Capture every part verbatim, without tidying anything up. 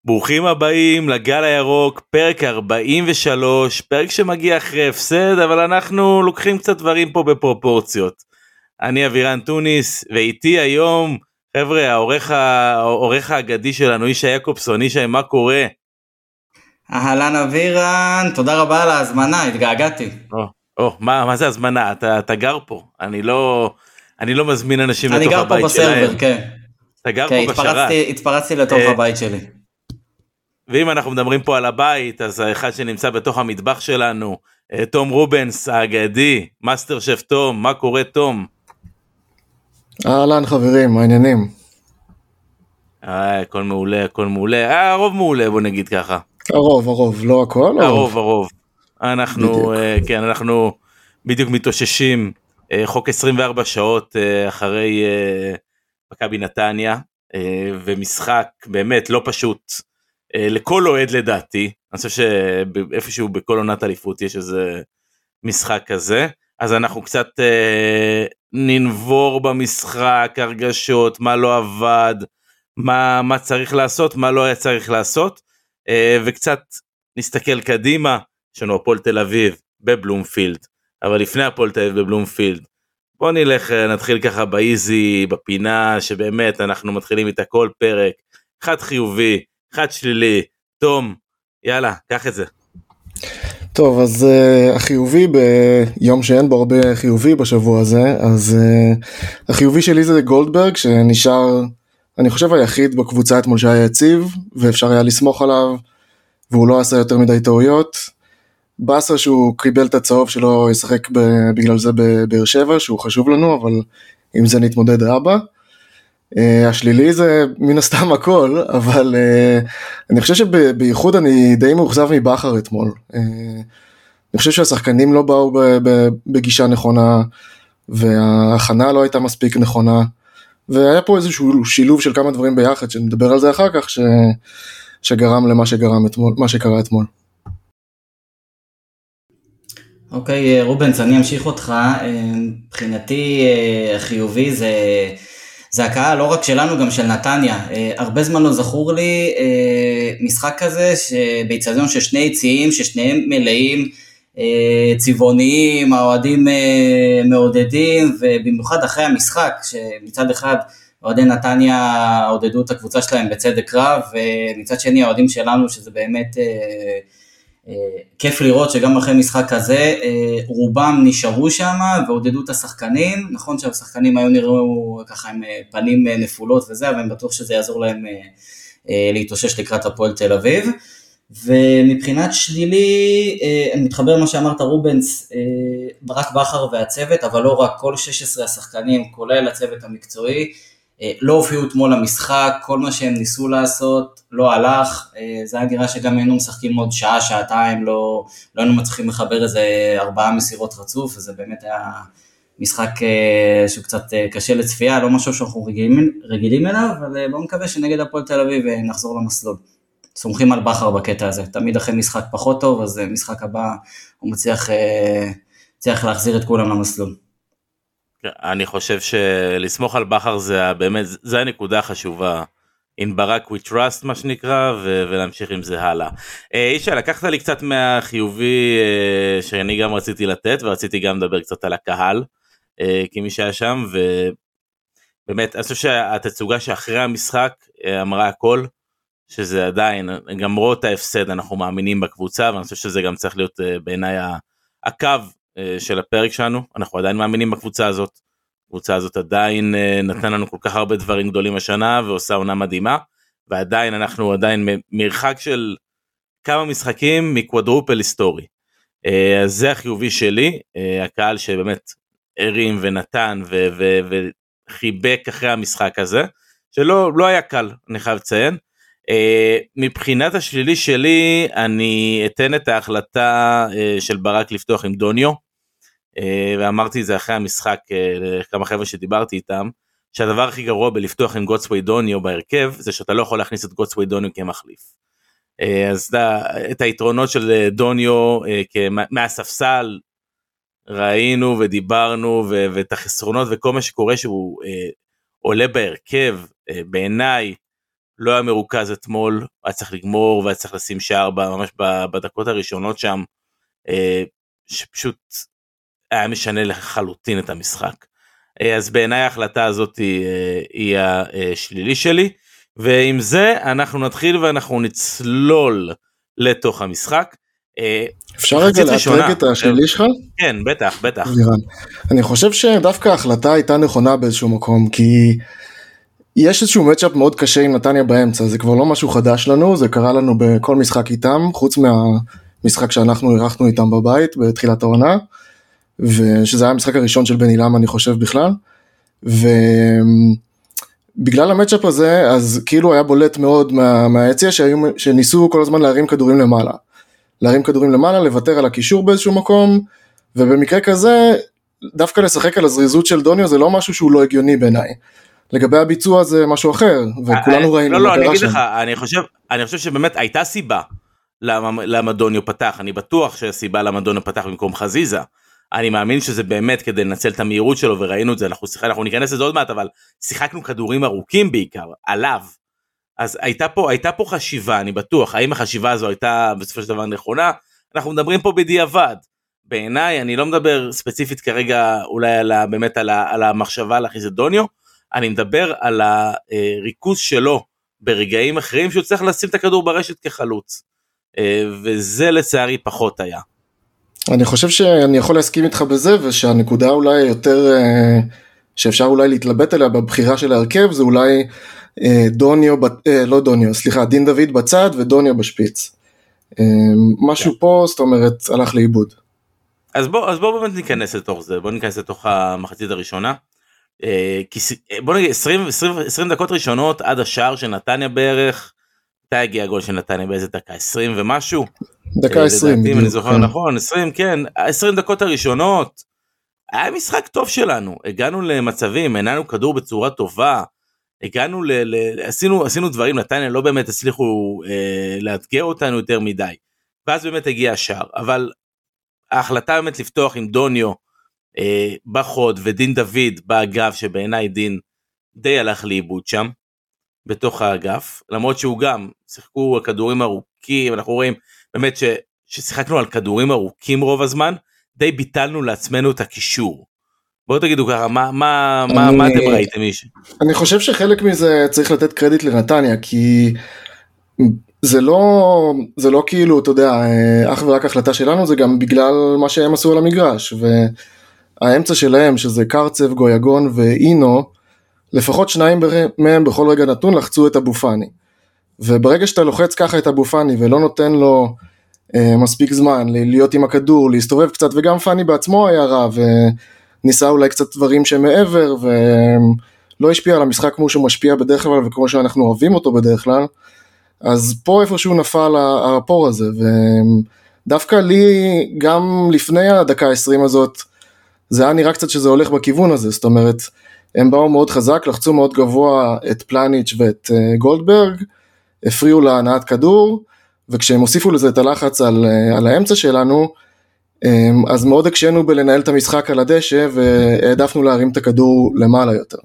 ברוכים הבאים לגל הירוק, פרק ארבעים ושלוש, פרק שמגיע אחרי הפסד, אבל אנחנו לוקחים קצת דברים פה בפרופורציות. אני אבירן טוניס, ואיתי היום, חבר'ה, העורך, העורך האגדי שלנו, ישי יקובסון. ישי, מה קורה? אהלן אבירן, תודה רבה על ההזמנה, התגעגעתי. או, או, מה, מה זה הזמנה? אתה, אתה גר פה, אני לא, אני לא מזמין אנשים לתוך אני הבית גר פה שלהם. בסרבר, כן. אתה גר כן, פה בשרת. התפרצתי, התפרצתי לתוך אה, הבית שלי. ואם אנחנו מדברים פה על הבית, אז האחד שנמצא בתוך המטבח שלנו, תום רובנס האגדי, מאסטר שף תום. מה קורה, תום? אהלן חברים, מה העניינים? אה, הכל מעולה, הכל מעולה. אה, הרוב מעולה, בוא נגיד ככה. הרוב, הרוב, לא הכל, הרוב, הרוב. אנחנו, בדיוק. אה, כן, אנחנו בדיוק מתאוששים, אה, חוק עשרים וארבע שעות אה, אחרי אה, מכבי נתניה, אה, ומשחק באמת לא פשוט אה, לכל אוהד לדעתי. אני חושב שאיפשהו בכל עונת אליפות יש איזה משחק כזה, אז אנחנו קצת אה, ננבור במשחק, הרגשות, מה לא עבד, מה, מה צריך לעשות, מה לא היה צריך לעשות, אה, וקצת נסתכל קדימה. יש לנו הפועל תל אביב בבלומפילד, אבל לפני הפועל תל אביב בבלומפילד, בוא נלך, נתחיל ככה באיזי, בפינה, שבאמת אנחנו מתחילים איתה כל פרק, אחד חיובי, אחד שלילי. תום, יאללה, קח את זה. טוב, אז uh, החיובי ביום שאין בו הרבה חיובי בשבוע הזה, אז uh, החיובי שלי זה גולדברג, שנשאר, אני חושב היחיד בקבוצה אתמול שהיה יציב, ואפשר היה לסמוך עליו, והוא לא עשה יותר מדי טעויות. באסה שהוא קיבל את הצהוב שלו, ישחק בגלל זה בבאר שבע, שהוא חשוב לנו, אבל עם זה נתמודד רבה. Uh, השלילי זה מן הסתם הכל, אבל uh, אני חושב שבייחוד אני די מאוכזב מבחר אתמול. Uh, אני חושב שהשחקנים לא באו ב- ב- בגישה נכונה, וההכנה לא הייתה מספיק נכונה, והיה פה איזשהו שילוב של כמה דברים ביחד, שנדבר על זה אחר כך, ש... שגרם למה שגרם אתמול, מה שקרה אתמול. אוקיי, רובנס, אני אמשיך אותך. מבחינתי חיובי זה, זה הקהל, לא רק שלנו, גם של נתניה. הרבה זמן לא זכור לי משחק כזה, באצטדיון של שני יציאים, ששניהם מלאים, צבעוניים, האוהדים מעודדים, ובמיוחד אחרי המשחק, שמצד אחד אוהדי נתניה עודדו את הקבוצה שלהם בצדק רב, ומצד שני האוהדים שלנו, שזה באמת כיף לראות שגם אחרי משחק כזה, רובם נשארו שם ועודדו את השחקנים. נכון שהשחקנים היו נראו ככה עם פנים נפולות וזה, אבל אני בטוח שזה יעזור להם להתאושש לקראת הפועל תל אביב. ומבחינת שלילי, אני מתחבר למה שאמרת רובנס, רק בכר והצוות, אבל לא רק, כל שש עשרה השחקנים, כולל הצוות המקצועי, לא הופיעו אתמול למשחק, כל מה שהם ניסו לעשות לא הלך. זה היה נראה שגם היינו משחקים עוד שעה, שעתיים, לא, לא היינו מצליחים לחבר איזה ארבעה מסירות רצוף, וזה באמת היה משחק שהוא קצת קשה לצפייה, לא משהו שאנחנו רגילים, רגילים אליו, אבל בואו מקווה שנגד הפועל תל אביב נחזור למסלול. סומכים על בכר בקטע הזה, תמיד אחרי משחק פחות טוב, אז משחק הבא הוא מצליח, מצליח להחזיר את כולם למסלול. אני חושב שלסמוך על בכר זה באמת, זה הנקודה החשובה. In ברק we trust מה שנקרא, ו- ולהמשיך עם זה הלאה. אישה, לקחת לי קצת מהחיובי שאני גם רציתי לתת, ורציתי גם לדבר קצת על הקהל, כמי שהיה שם, ובאמת, אני חושב שהתצוגה שאחרי המשחק אמרה הכל, שזה עדיין, למרות ההפסד, אנחנו מאמינים בקבוצה, ואני חושב שזה גם צריך להיות בעיניי הקו של הפרק שלנו. אנחנו עדיין מאמינים בקבוצה הזאת, הקבוצה הזאת עדיין נתנה לנו כל כך הרבה דברים גדולים השנה, ועושה עונה מדהימה, ועדיין אנחנו עדיין מרחק של כמה משחקים מקוואדרופל היסטורי. אז זה החיובי שלי, הקהל שבאמת הרים ונתן ו- ו- וחיבק אחרי המשחק הזה, שלא לא היה קל, אני חייב לציין. מבחינת השלילי שלי, אני אתן את ההחלטה של ברק לפתוח עם דוניו, ואמרתי את זה אחרי המשחק, כמה חבר'ה שדיברתי איתם, שהדבר הכי גרוע בלפתוח עם גוטסווי דוניו בהרכב, זה שאתה לא יכול להכניס את גוטסווי דוניו כמחליף. אז את היתרונות של דוניו מהספסל, ראינו ודיברנו, ואת החסרונות וכל מה שקורה שהוא עולה בהרכב, בעיניי, לא היה מרוכז אתמול, היה צריך לגמור, והיה צריך לשים שער ממש בדקות הראשונות שם, שפשוט היה משנה לחלוטין את המשחק. אז בעיניי ההחלטה הזאת היא השלילי שלי, ועם זה אנחנו נתחיל ואנחנו נצלול לתוך המשחק. אפשר רגע להטרג את השלילי שלך? כן, בטח, בטח. אני חושב שדווקא ההחלטה הייתה נכונה באיזשהו מקום, כי יש איזשהו מצ'אפ מאוד קשה עם נתניה באמצע, זה כבר לא משהו חדש לנו, זה קרה לנו בכל משחק איתם, חוץ מהמשחק שאנחנו אירחנו איתם בבית בתחילת העונה, ושזה היה המשחק הראשון של בן אילם אני חושב בכלל, ובגלל המצ'אפ הזה, אז כאילו היה בולט מאוד מה, מהיציע שהיו, שניסו כל הזמן להרים כדורים למעלה, להרים כדורים למעלה, לוותר על הקישור באיזשהו מקום, ובמקרה כזה, דווקא לשחק על הזריזות של דוניו, זה לא משהו שהוא לא הגיוני בעיניי. לגבי הביצוע זה משהו אחר, וכולנו ראינו. לא, לא, אני אגיד לך, אני חושב, אני חושב שבאמת הייתה סיבה למה דוניו פתח, אני בטוח שהסיבה למה דוניו פתח במקום חזיזה, אני מאמין שזה באמת כדי לנצל את המהירות שלו, וראינו את זה, אנחנו שיחקנו, אנחנו ניכנס לזה עוד מעט, אבל שיחקנו כדורים ארוכים בעיקר, עליו, אז הייתה פה, הייתה פה חשיבה, אני בטוח, האם החשיבה הזו הייתה בסופו של דבר נכונה, אנחנו מדברים פה בדיעבד, בעיניי, אני לא מדבר ספציפית כרגע, אולי על, באמת על, על המחשבה להכניס את דוניו, אני מדבר על הריכוז שלו, ברגעים אחרים, שהוא צריך לשים את הכדור ברשת כחלוץ, וזה לצערי פחות היה. אני חושב שאני יכול להסכים איתך בזה, ושהנקודה אולי יותר, שאפשר אולי להתלבט עליה בבחירה של ההרכב, זה אולי דוניו, לא דוניו, סליחה, דין דוד בצד ודוניו בשפיץ. משהו פה, זאת אומרת, הלך לאיבוד. אז בוא, אז בוא באמת ניכנס לתוך זה, בוא ניכנס לתוך המחצית הראשונה, כי בוא נגיד, עשרים דקות ראשונות עד השער של נתניה בערך, מתי הגיע הגול של נתניה באיזה דקה, עשרים ומשהו? דקה עשרים. אם אני זוכר נכון, עשרים, כן, עשרים דקות הראשונות, היה משחק טוב שלנו, הגענו למצבים, הנענו כדור בצורה טובה, הגענו ל... ל עשינו, עשינו דברים, נתניה לא באמת הצליחו אה, לאתגר אותנו יותר מדי, ואז באמת הגיע השער, אבל ההחלטה באמת לפתוח עם דוניו, אה, בחוד ודין דוד באגף, שבעיניי דין די הלך לאיבוד שם, בתוך האגף, למרות שהוא גם, שיחקו הכדורים ארוכים, אנחנו רואים באמת ש, ששיחקנו על כדורים ארוכים רוב הזמן, די ביטלנו לעצמנו את הקישור. בואו תגידו ככה, מה, מה, מה, מה אתם ראיתם איש? אני חושב שחלק מזה צריך לתת קרדיט לנתניה, כי זה לא, זה לא כאילו, אתה יודע, אך ורק החלטה שלנו, זה גם בגלל מה שהם עשו על המגרש, והאמצע שלהם, שזה קרצב, גויגון ואינו, לפחות שניים מהם בכל רגע נתון לחצו את הבופני, וברגע שאתה לוחץ ככה את הבופני ולא נותן לו אה, מספיק זמן להיות עם הכדור, להסתובב קצת, וגם פני בעצמו היה רע וניסה אולי קצת דברים שמעבר ולא השפיע על המשחק כמו שהוא משפיע בדרך כלל וכמו שאנחנו אוהבים אותו בדרך כלל, אז פה איפשהו נפל הפור הזה, ודווקא לי גם לפני הדקה העשרים הזאת זה היה נראה קצת שזה הולך בכיוון הזה, זאת אומרת הם באו מאוד חזק, לחצו מאוד גבוה את פלניץ' ואת גולדברג, הפריעו להנעת כדור, וכשהם הוסיפו לזה את הלחץ על, על האמצע שלנו, אז מאוד הקשנו בלנהל את המשחק על הדשא, והעדפנו להרים את הכדור למעלה יותר.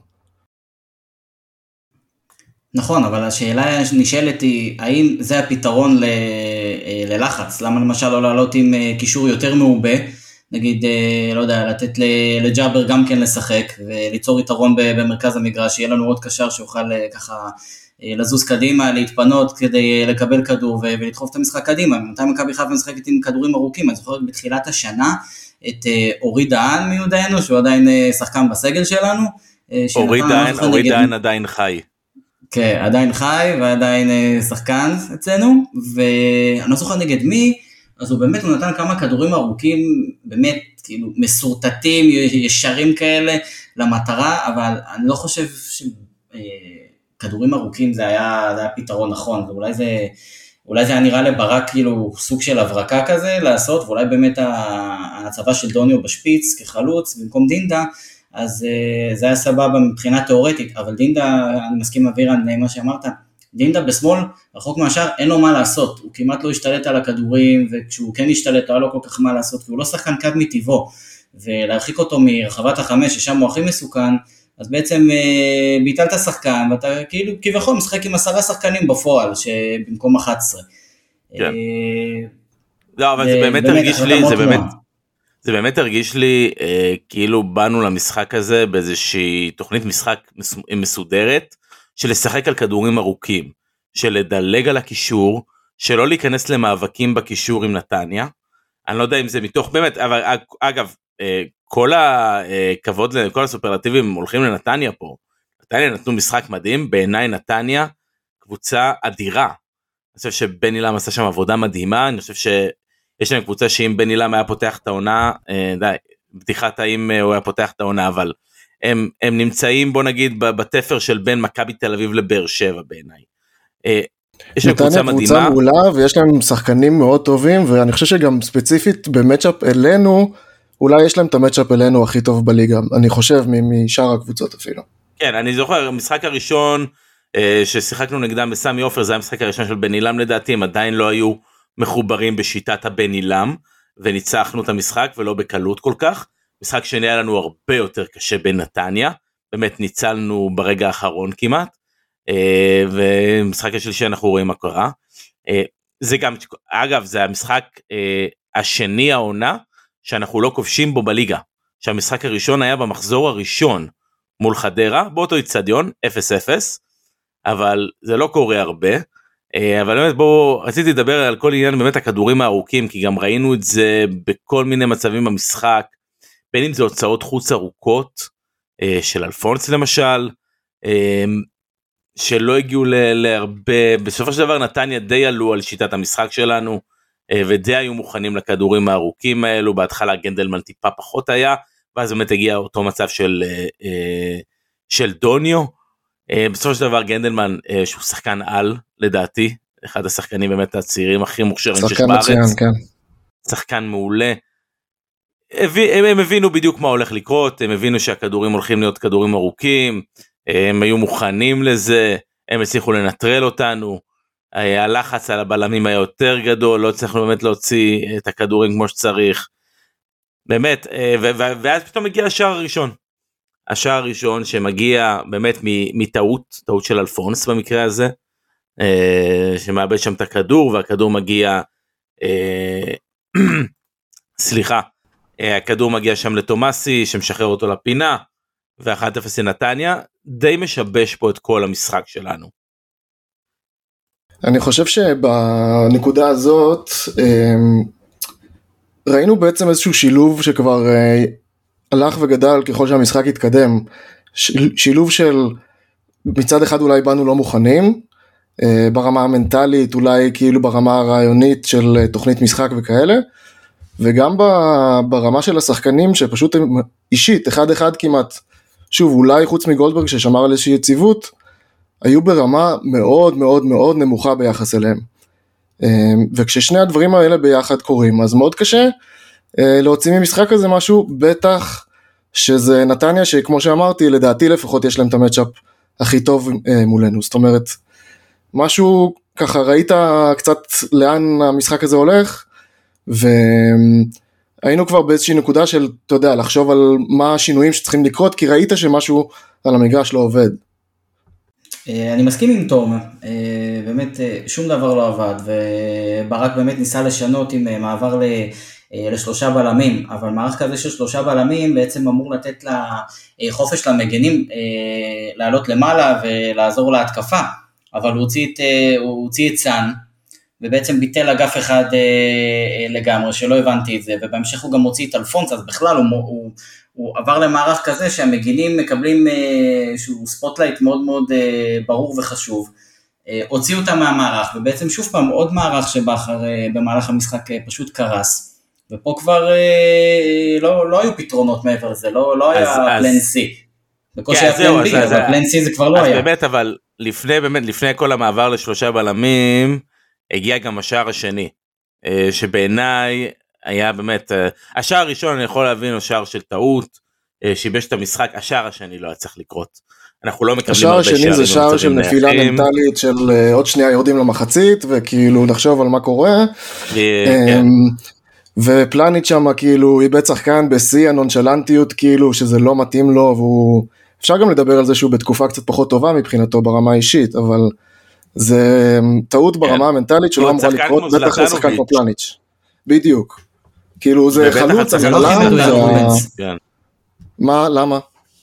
נכון, אבל השאלה נשאלת היא, האם זה הפתרון ל, ללחץ? למה למשל לא לעלות עם קישור יותר מעובה, נגיד, לא יודע, לתת לג'אבר גם כן לשחק, וליצור יתרון במרכז המגרש, שיהיה לנו עוד קשר שיוכל ככה לזוז קדימה, להתפנות כדי לקבל כדור ולדחוף את המשחק קדימה. מתי מכבי חיפה משחקת עם כדורים ארוכים, אני זוכר בתחילת השנה, את אורי דהן מיודענו, שהוא עדיין שחקן בסגל שלנו. אורי דהן, אורי דהן עדיין חי. כן, עדיין חי ועדיין שחקן אצלנו, ואני לא זוכר נגד מי, אז הוא באמת, הוא נתן כמה כדורים ארוכים, באמת, כאילו, מסורטטים, ישרים כאלה, למטרה, אבל אני לא חושב שכדורים ארוכים זה היה, זה היה פתרון נכון, ואולי זה, אולי זה היה נראה לברק, כאילו, סוג של הברקה כזה, לעשות, ואולי באמת ההצבה של דוניו בשפיץ, כחלוץ, במקום דינדה, אז זה היה סבבה מבחינה תיאורטית, אבל דינדה, אני מסכים אווירן, מה שאמרת, דינדה בשמאל, רחוק מהשאר, אין לו מה לעשות, הוא כמעט לא השתלט על הכדורים, וכשהוא כן השתלט, לא היה לו כל כך מה לעשות, כי הוא לא שחקן קו מטבעו, ולהרחיק אותו מרחבת החמש, ששם הוא הכי מסוכן, אז בעצם ביטלת שחקן, ואתה כאילו כביכול משחק עם עשרה שחקנים בפועל, שבמקום אחת עשרה. כן. לא, אבל זה באמת הרגיש לי, זה באמת, זה באמת הרגיש לי, כאילו באנו למשחק הזה, באיזושהי תוכנית משחק מסודרת, של לשחק על כדורים ארוכים, של לדלג על הקישור, שלא להיכנס למאבקים בקישור עם נתניה. אני לא יודע אם זה מתוך, באמת, אבל אגב, כל הכבוד, כל הסופרלטיבים הולכים לנתניה פה. נתניה נתנו משחק מדהים, בעיניי נתניה קבוצה אדירה. אני חושב שבן אילם עשה שם עבודה מדהימה, אני חושב שיש להם קבוצה שאם בן אילם היה פותח את העונה, די, בדיחת האם הוא היה פותח את העונה, אבל הם, הם נמצאים, בוא נגיד, בתפר של בין מכבי תל אביב לבאר שבע בעיניי. יש להם קבוצה מדהימה. קבוצה מעולה, ויש להם שחקנים מאוד טובים, ואני חושב שגם ספציפית במצ'אפ אלינו, אולי יש להם את המצ'אפ אלינו הכי טוב בליגה, אני חושב משאר הקבוצות אפילו. כן, אני זוכר, המשחק הראשון אה, ששיחקנו נגדם בסמי עופר, זה היה המשחק הראשון של בן אילם לדעתי, הם עדיין לא היו מחוברים בשיטת הבן אילם, וניצחנו את המשחק ולא בקלות כל כך. משחק שני היה לנו הרבה יותר קשה בנתניה, באמת ניצלנו ברגע האחרון כמעט, אה, ומשחק השלישי אנחנו רואים מה קרה. אה, זה גם, אגב, זה המשחק אה, השני העונה, שאנחנו לא כובשים בו בליגה, שהמשחק הראשון היה במחזור הראשון מול חדרה, באותו אצטדיון, אפס אפס, אבל זה לא קורה הרבה, אבל באמת בואו, רציתי לדבר על כל עניין באמת הכדורים הארוכים, כי גם ראינו את זה בכל מיני מצבים במשחק, בין אם זה הוצאות חוץ ארוכות, של אלפונס למשל, שלא הגיעו להרבה, בסופו של דבר נתניה די עלו על שיטת המשחק שלנו, ודי היו מוכנים לכדורים הארוכים האלו, בהתחלה גנדלמן טיפה פחות היה, ואז באמת הגיע אותו מצב של, של דוניו, בסופו של דבר גנדלמן, שהוא שחקן על, לדעתי, אחד השחקנים באמת הצעירים הכי מוכשרים שיש בארץ, מצוין, כן. שחקן מעולה, הם, הם הבינו בדיוק מה הולך לקרות, הם הבינו שהכדורים הולכים להיות כדורים ארוכים, הם היו מוכנים לזה, הם הצליחו לנטרל אותנו, הלחץ על הבלמים היה יותר גדול, לא הצלחנו באמת להוציא את הכדורים כמו שצריך, באמת, ואז פתאום הגיע השער הראשון, השער הראשון שמגיע באמת מטעות, טעות של אלפונס במקרה הזה, שמאבד שם את הכדור, והכדור מגיע, סליחה, הכדור מגיע שם לתומאסי, שמשחרר אותו לפינה, ו-אחת אפס לנתניה, די משבש פה את כל המשחק שלנו. אני חושב שבנקודה הזאת, ראינו בעצם איזשהו שילוב שכבר הלך וגדל ככל שהמשחק התקדם, שילוב של מצד אחד אולי באנו לא מוכנים, ברמה המנטלית, אולי כאילו ברמה הרעיונית של תוכנית משחק וכאלה, וגם ברמה של השחקנים שפשוט אישית, אחד אחד כמעט, שוב אולי חוץ מגולדברג ששמר על איזושהי יציבות, היו ברמה מאוד מאוד מאוד נמוכה ביחס אליהם. וכששני הדברים האלה ביחד קורים, אז מאוד קשה להוציא ממשחק הזה משהו, בטח שזה נתניה שכמו שאמרתי, לדעתי לפחות יש להם את המאצ'אפ הכי טוב מולנו, זאת אומרת, משהו ככה ראית קצת לאן המשחק הזה הולך, והיינו כבר באיזושהי נקודה של, אתה יודע, לחשוב על מה השינויים שצריכים לקרות, כי ראית שמשהו על המגרש לא עובד. אני מסכים עם תום, באמת שום דבר לא עבד, וברק באמת ניסה לשנות עם מעבר לשלושה בלמים, אבל מערך כזה של שלושה בלמים בעצם אמור לתת לחופש למגנים לעלות למעלה ולעזור להתקפה, אבל הוא הוציא את, הוא הוציא את סן, ובעצם ביטל אגף אחד לגמרי, שלא הבנתי את זה, ובהמשך הוא גם הוציא את אלפונס, אז בכלל הוא, הוא, הוא עבר למערך כזה שהמגינים מקבלים שהוא ספוטלייט מאוד מאוד ברור וחשוב, הוציאו אותם מהמערך, ובעצם שוב פעם עוד מערך שבאחר במהלך המשחק פשוט קרס, ופה כבר לא, לא היו פתרונות מעבר לזה, לא, לא היה פלן סי, בקושי היה פלן בי, אבל פלן סי זה כבר לא היה. אז באמת, אבל לפני, באמת, לפני כל המעבר לשלושה בלמים, הגיע גם השער השני, שבעיניי היה באמת, השער הראשון אני יכול להבין, השער של טעות, שיבש את המשחק, השער השני לא היה צריך לקרות. אנחנו לא מקבלים הרבה שערים. השער השני זה שער של נפילה מנטלית, של עוד שנייה יורדים למחצית, וכאילו לחשוב על מה קורה. ופלניץ' שם כאילו איבד שחקן בשיא הנונשלנטיות, כאילו שזה לא מתאים לו, והוא אפשר גם לדבר על זה שהוא בתקופה קצת פחות טובה מבחינתו ברמה האישית, אבל זה טעות ברמה המנטלית שלא אמורה לקרות, בטח לשחקן כמו פלניץ'. בדיוק. כאילו זה חלוץ, זה לא הכי מדויק רובנס. מה, למה?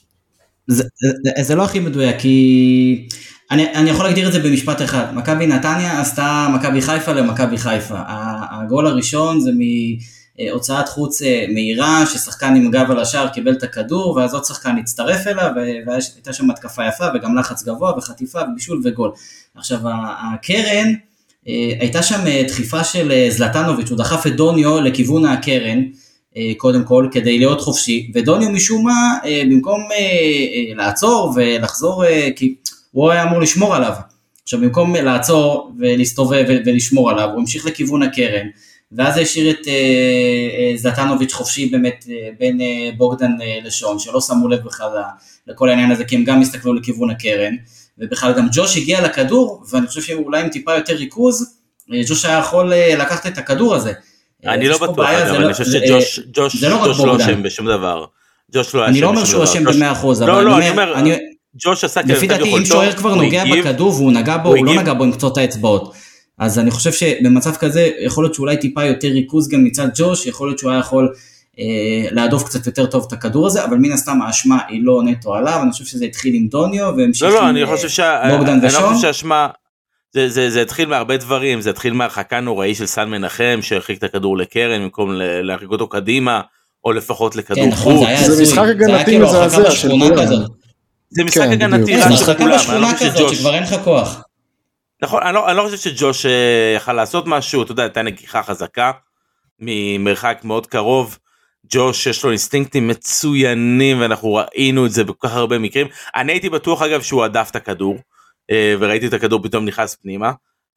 זה לא הכי מדויק, כי אני יכול להגדיר את זה במשפט אחד. מכבי נתניה עשתה מכבי חיפה למכבי חיפה. הגול הראשון זה מהוצאת חוץ מהירה, ששחקן עם גב על השער קיבל את הכדור, ואז עוד שחקן הצטרף אליו, והייתה שם התקפה יפה, וגם לחץ גבוה, וחטיפה, ובישול וגול. עכשיו, הקרן, הייתה שם דחיפה של זלטנוביץ', הוא דחף את דוניו לכיוון הקרן, קודם כל, כדי להיות חופשי, ודוניו משום מה, במקום לעצור ולחזור, כי הוא היה אמור לשמור עליו. עכשיו, במקום לעצור ולהסתובב ולשמור עליו, הוא המשיך לכיוון הקרן, ואז השאיר את זלטנוביץ' חופשי באמת בין בוגדן לשון, שלא שמו לב בכלל לכל העניין הזה, כי הם גם הסתכלו לכיוון הקרן, ובכלל גם ג'וש הגיע לכדור, ואני חושב שאולי עם טיפה יותר ריכוז, ג'וש היה יכול לקחת את הכדור הזה. אני לא בטוח, אבל אני חושב שג'וש לא אשם בשום דבר. אני לא אומר שהוא אשם ב-מאה אחוז, אבל אני אומר, ג'וש עשה לפי דעתי, אם שוער כבר נוגע בכדור, והוא נגע בו, הוא לא נגע בו עם קצות האצבעות. אז אני חושב שבמצב כזה, יכול להיות שאולי טיפה יותר ריכוז גם מצד ג'וש, יכול להיות שהוא היה יכול להדוף קצת יותר טוב את הכדור הזה, אבל מן הסתם האשמה היא לא נטו עליו, אני חושב שזה התחיל עם דוניו, והמשיך עם בוגדן ושון. אני חושב שהאשמה, זה, זה, זה התחיל מהרבה דברים, זה התחיל מהרחקה נוראי של סן מנחם, שהרחיק את הכדור לקרן, במקום להרחיק אותו קדימה, או לפחות לכדור כן, נכון, חוץ. זה, זה משחק הגנתי מזעזע של כולם. זה משחק הגנתי רק של כולם. זה בשכונה כזאת, שכבר אין לך כוח. נכון, אני לא, אני לא חושב שג'וש יכל לעשות משהו, אתה יודע, הייתה נגיחה חזקה, ממרחק מאוד קרוב, ג'וש יש לו אינסטינקטים מצוינים, ואנחנו ראינו את זה בכל כך הרבה מקרים. אני הייתי בטוח אגב שהוא עדף את הכדור, וראיתי את הכדור פתאום נכנס פנימה.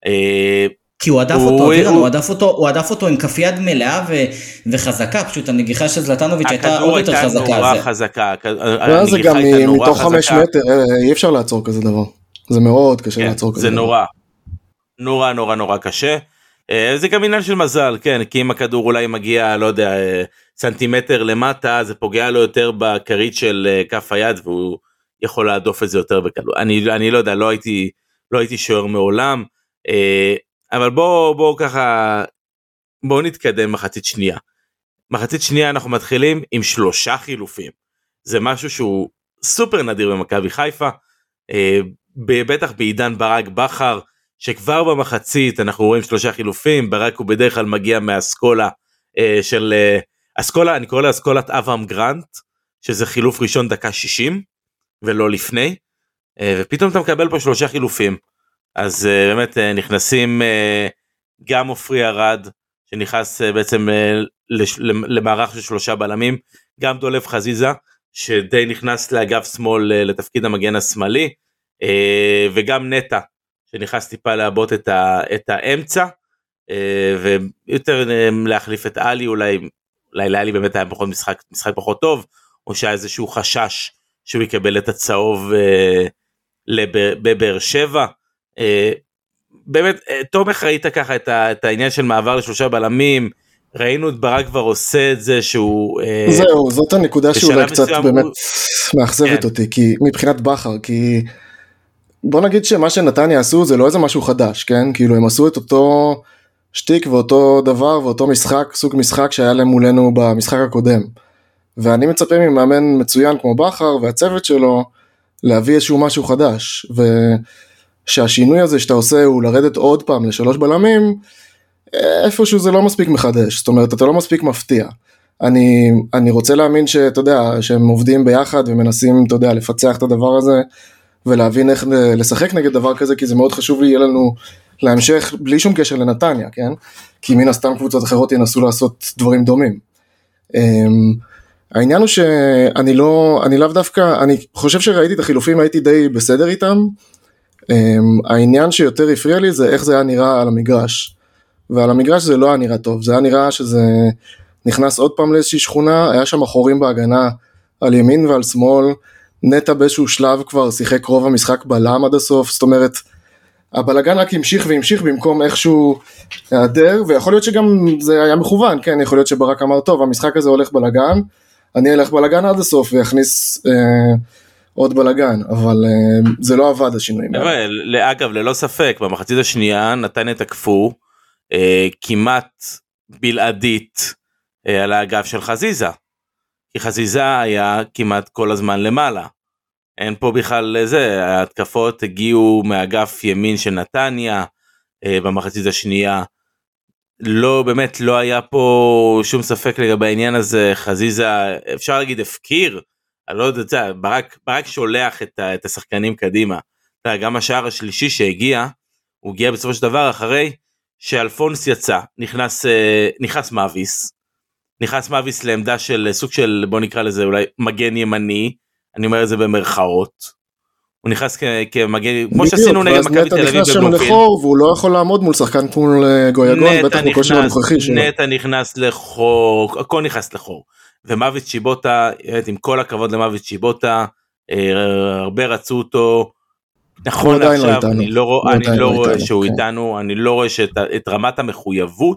כי הוא עדף אותו, הוא עדף אותו, הוא עדף אותו עם כף יד מלאה וחזקה, פשוט הנגיחה של זלטנוביץ' הייתה עוד יותר חזקה. הכדור הייתה נורא חזקה. זה גם מתוך חמש מטר, אי אפשר לעצור כזה דבר. זה מאוד קשה לעצור כזה דבר. זה נורא, נורא נורא נורא קשה. זה גם עניין של מזל, כן, כי אם הכדור אולי מגיע, לא יודע, סנטימטר למטה, זה פוגע לו יותר בכרית של כף היד, והוא יכול להדוף את זה יותר בקלות. אני, אני לא יודע, לא הייתי, לא הייתי שוער מעולם, אבל בואו, בואו ככה, בואו נתקדם מחצית שנייה. מחצית שנייה אנחנו מתחילים עם שלושה חילופים. זה משהו שהוא סופר נדיר במכבי חיפה, בטח בעידן ברק בכר, שכבר במחצית אנחנו רואים שלושה חילופים, ברק הוא בדרך כלל מגיע מהאסכולה של, אסכולה, אני קורא לה אסכולת אברהם גרנט, שזה חילוף ראשון דקה שישים, ולא לפני, ופתאום אתה מקבל פה שלושה חילופים, אז באמת נכנסים גם עופרי ארד, שנכנס בעצם למערך של שלושה בלמים, גם דולב חזיזה, שדי נכנס לאגף שמאל לתפקיד המגן השמאלי, וגם נטע, שנכנס טיפה לעבות את, ה, את האמצע, ויותר להחליף את אלי, אולי, אולי לאלי באמת היה פחות משחק, משחק פחות טוב, או שהיה איזשהו חשש, שהוא יקבל את הצהוב בבאר שבע. באמת, תומך ראית ככה את, ה, את העניין של מעבר לשלושה בלמים, ראינו את ברק כבר עושה את זה שהוא... זהו, זאת הנקודה שאולי קצת באמת מאכזבת אותי, כי מבחינת בכר, כי בוא נגיד שמה שנתניה עשו זה לא איזה משהו חדש, כן? כאילו הם עשו את אותו שטיק ואותו דבר ואותו משחק, סוג משחק שהיה להם מולנו במשחק הקודם. ואני מצפה ממאמן מצוין כמו בכר והצוות שלו להביא איזשהו משהו חדש, ושהשינוי הזה שאתה עושה הוא לרדת עוד פעם לשלוש בלמים, איפשהו זה לא מספיק מחדש, זאת אומרת אתה לא מספיק מפתיע. אני, אני רוצה להאמין שאתה יודע, שהם עובדים ביחד ומנסים, אתה יודע, לפצח את הדבר הזה, ולהבין איך לשחק נגד דבר כזה, כי זה מאוד חשוב לי, יהיה לנו להמשך בלי שום קשר לנתניה, כן? כי מן הסתם קבוצות אחרות ינסו לעשות דברים דומים. העניין הוא שאני לא, אני לאו דווקא, אני חושב שראיתי את החילופים, הייתי די בסדר איתם. העניין שיותר הפריע לי זה איך זה היה נראה על המגרש. ועל המגרש זה לא היה נראה טוב, זה היה נראה שזה נכנס עוד פעם לאיזושהי שכונה, היה שם אחורים בהגנה על ימין ועל שמאל, נטע באיזשהו שלב כבר שיחק רוב המשחק בלם עד הסוף, זאת אומרת, הבלגן רק המשיך והמשיך במקום איכשהו היעדר, ויכול להיות שגם זה היה מכוון, כן, יכול להיות שברק אמר, טוב, המשחק הזה הולך בלגן, אני אלך בלגן עד הסוף ויכניס אה, עוד בלגן, אבל זה לא עבד השינויים. אגב, ללא ספק, במחצית השנייה נתניה תקפו כמעט בלעדית על האגף של חזיזה, כי חזיזה היה כמעט כל הזמן למעלה. אין פה בכלל זה, ההתקפות הגיעו מאגף ימין של נתניה, במחצית השנייה, לא, באמת לא היה פה שום ספק לגבי העניין הזה, חזיזה, אפשר להגיד הפקיר, אני לא יודע, ברק, ברק שולח את, את השחקנים קדימה, גם השער השלישי שהגיע, הוא הגיע בסופו של דבר אחרי שאלפונס יצא, נכנס, נכנס מאביס, נכנס מאביס לעמדה של סוג של, בוא נקרא לזה אולי מגן ימני, אני אומר את זה במרכאות, הוא נכנס כמגן, כמו שעשינו נגד מכבי תל אביב בבלומפילד. והוא לא יכול לעמוד מול שחקן כמו גויגון, בטח בכושר הנוכחי שלו. נטע נכנס לחור, הכל נכנס לחור. ומוות שיבוטה, עם כל הכבוד למוות שיבוטה, הרבה רצו אותו, נכון עכשיו, אני לא רואה שהוא איתנו, אני לא רואה את רמת המחויבות,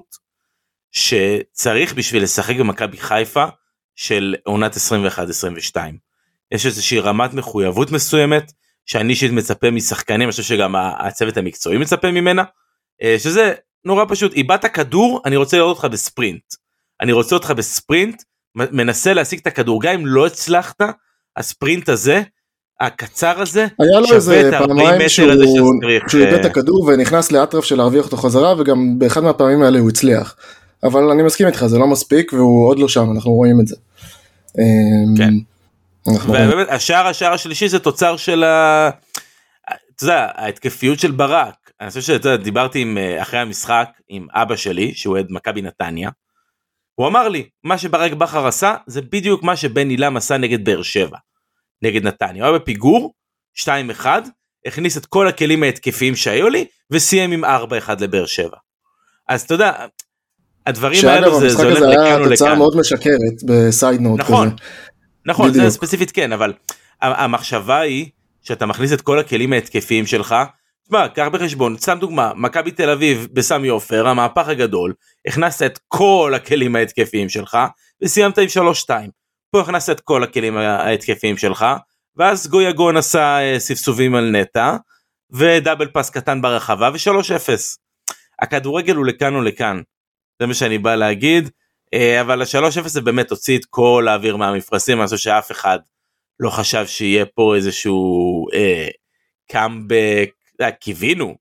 שצריך בשביל לשחק במכבי חיפה, של עונת עשרים ואחת עשרים ושתיים. יש איזושהי רמת מחויבות מסוימת, שאני אישית מצפה משחקנים, אני חושב שגם הצוות המקצועי מצפה ממנה, שזה נורא פשוט, איבדת כדור, אני רוצה לראות אותך בספרינט, אני רוצה אותך בספרינט, מנסה להשיג את הכדור, גם אם לא הצלחת, הספרינט הזה, הקצר הזה, שווה את ה-ארבעים מטר הזה שצריך. שהוא איבד את הכדור ונכנס לאטרף של להרוויח אותו חזרה, וגם באחד מהפעמים האלה הוא הצליח, אבל אני מסכים איתך, זה לא מספיק, והוא עוד לא שם, אנחנו רואים את זה. כן. ובאמת, השער, השער השלישי זה תוצר של ה... אתה יודע, ההתקפיות של ברק. אני חושב שאתה דיברתי עם, אחרי המשחק עם אבא שלי, שהוא עד מכבי נתניה. הוא אמר לי, מה שברק בכר עשה, זה בדיוק מה שבן אילם עשה נגד באר שבע. נגד נתניה. הוא היה בפיגור, שתיים אחד, הכניס את כל הכלים ההתקפיים שהיו לי, וסיים עם ארבע אחד לבאר שבע. אז אתה יודע, הדברים האלו זה, זה הולך לכאן ולכאן. היה תוצאה מאוד משקרת, בסייד נוט נכון. כזה. נכון, זה ספציפית כן, אבל המחשבה היא שאתה מכניס את כל הכלים ההתקפיים שלך, תשמע, קח בחשבון, שם דוגמה, מכבי תל אביב בסמי עופר, המהפך הגדול, הכנסת את כל הכלים ההתקפיים שלך, וסיימת עם שלוש שתיים, פה הכנסת את כל הכלים ההתקפיים שלך, ואז גויגון עשה ספסובים על נטע, ודאבל פס קטן ברחבה, ו-שלוש אפס. הכדורגל הוא לכאן או לכאן, זה מה שאני בא להגיד, אבל ה-שלוש אפס זה באמת הוציא את כל האוויר מהמפרשים, אני חושב שאף אחד לא חשב שיהיה פה איזשהו אה, קאמבק, אה, קיווינו,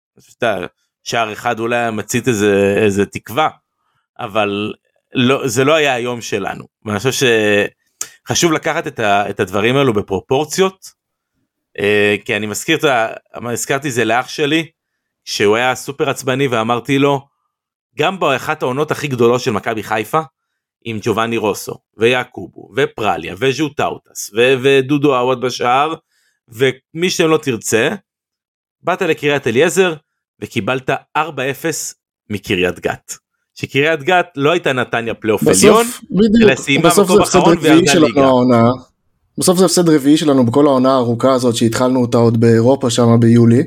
שער אחד אולי מצית איזה, איזה תקווה, אבל לא, זה לא היה היום שלנו, ואני חושב שחשוב לקחת את, ה, את הדברים האלו בפרופורציות, אה, כי אני מזכיר, הזכרתי זה לאח שלי, שהוא היה סופר עצבני ואמרתי לו, גם באחת העונות הכי גדולות של מכבי חיפה, עם ג'ובאני רוסו, ויעקובו, ופרליה, וז'וטאוטס, ו- ודודו עווד בשער, ומי שאתם לא תרצה, באת לקריית אליעזר, וקיבלת ארבע אפס מקריית גת. שקריית גת לא הייתה נתניה פלייאוף עליון, אלא סיימה מקום אחרון וירדה ליגה. בסוף זה הפסד רביעי שלנו בכל העונה הארוכה הזאת, שהתחלנו אותה עוד באירופה שם ביולי,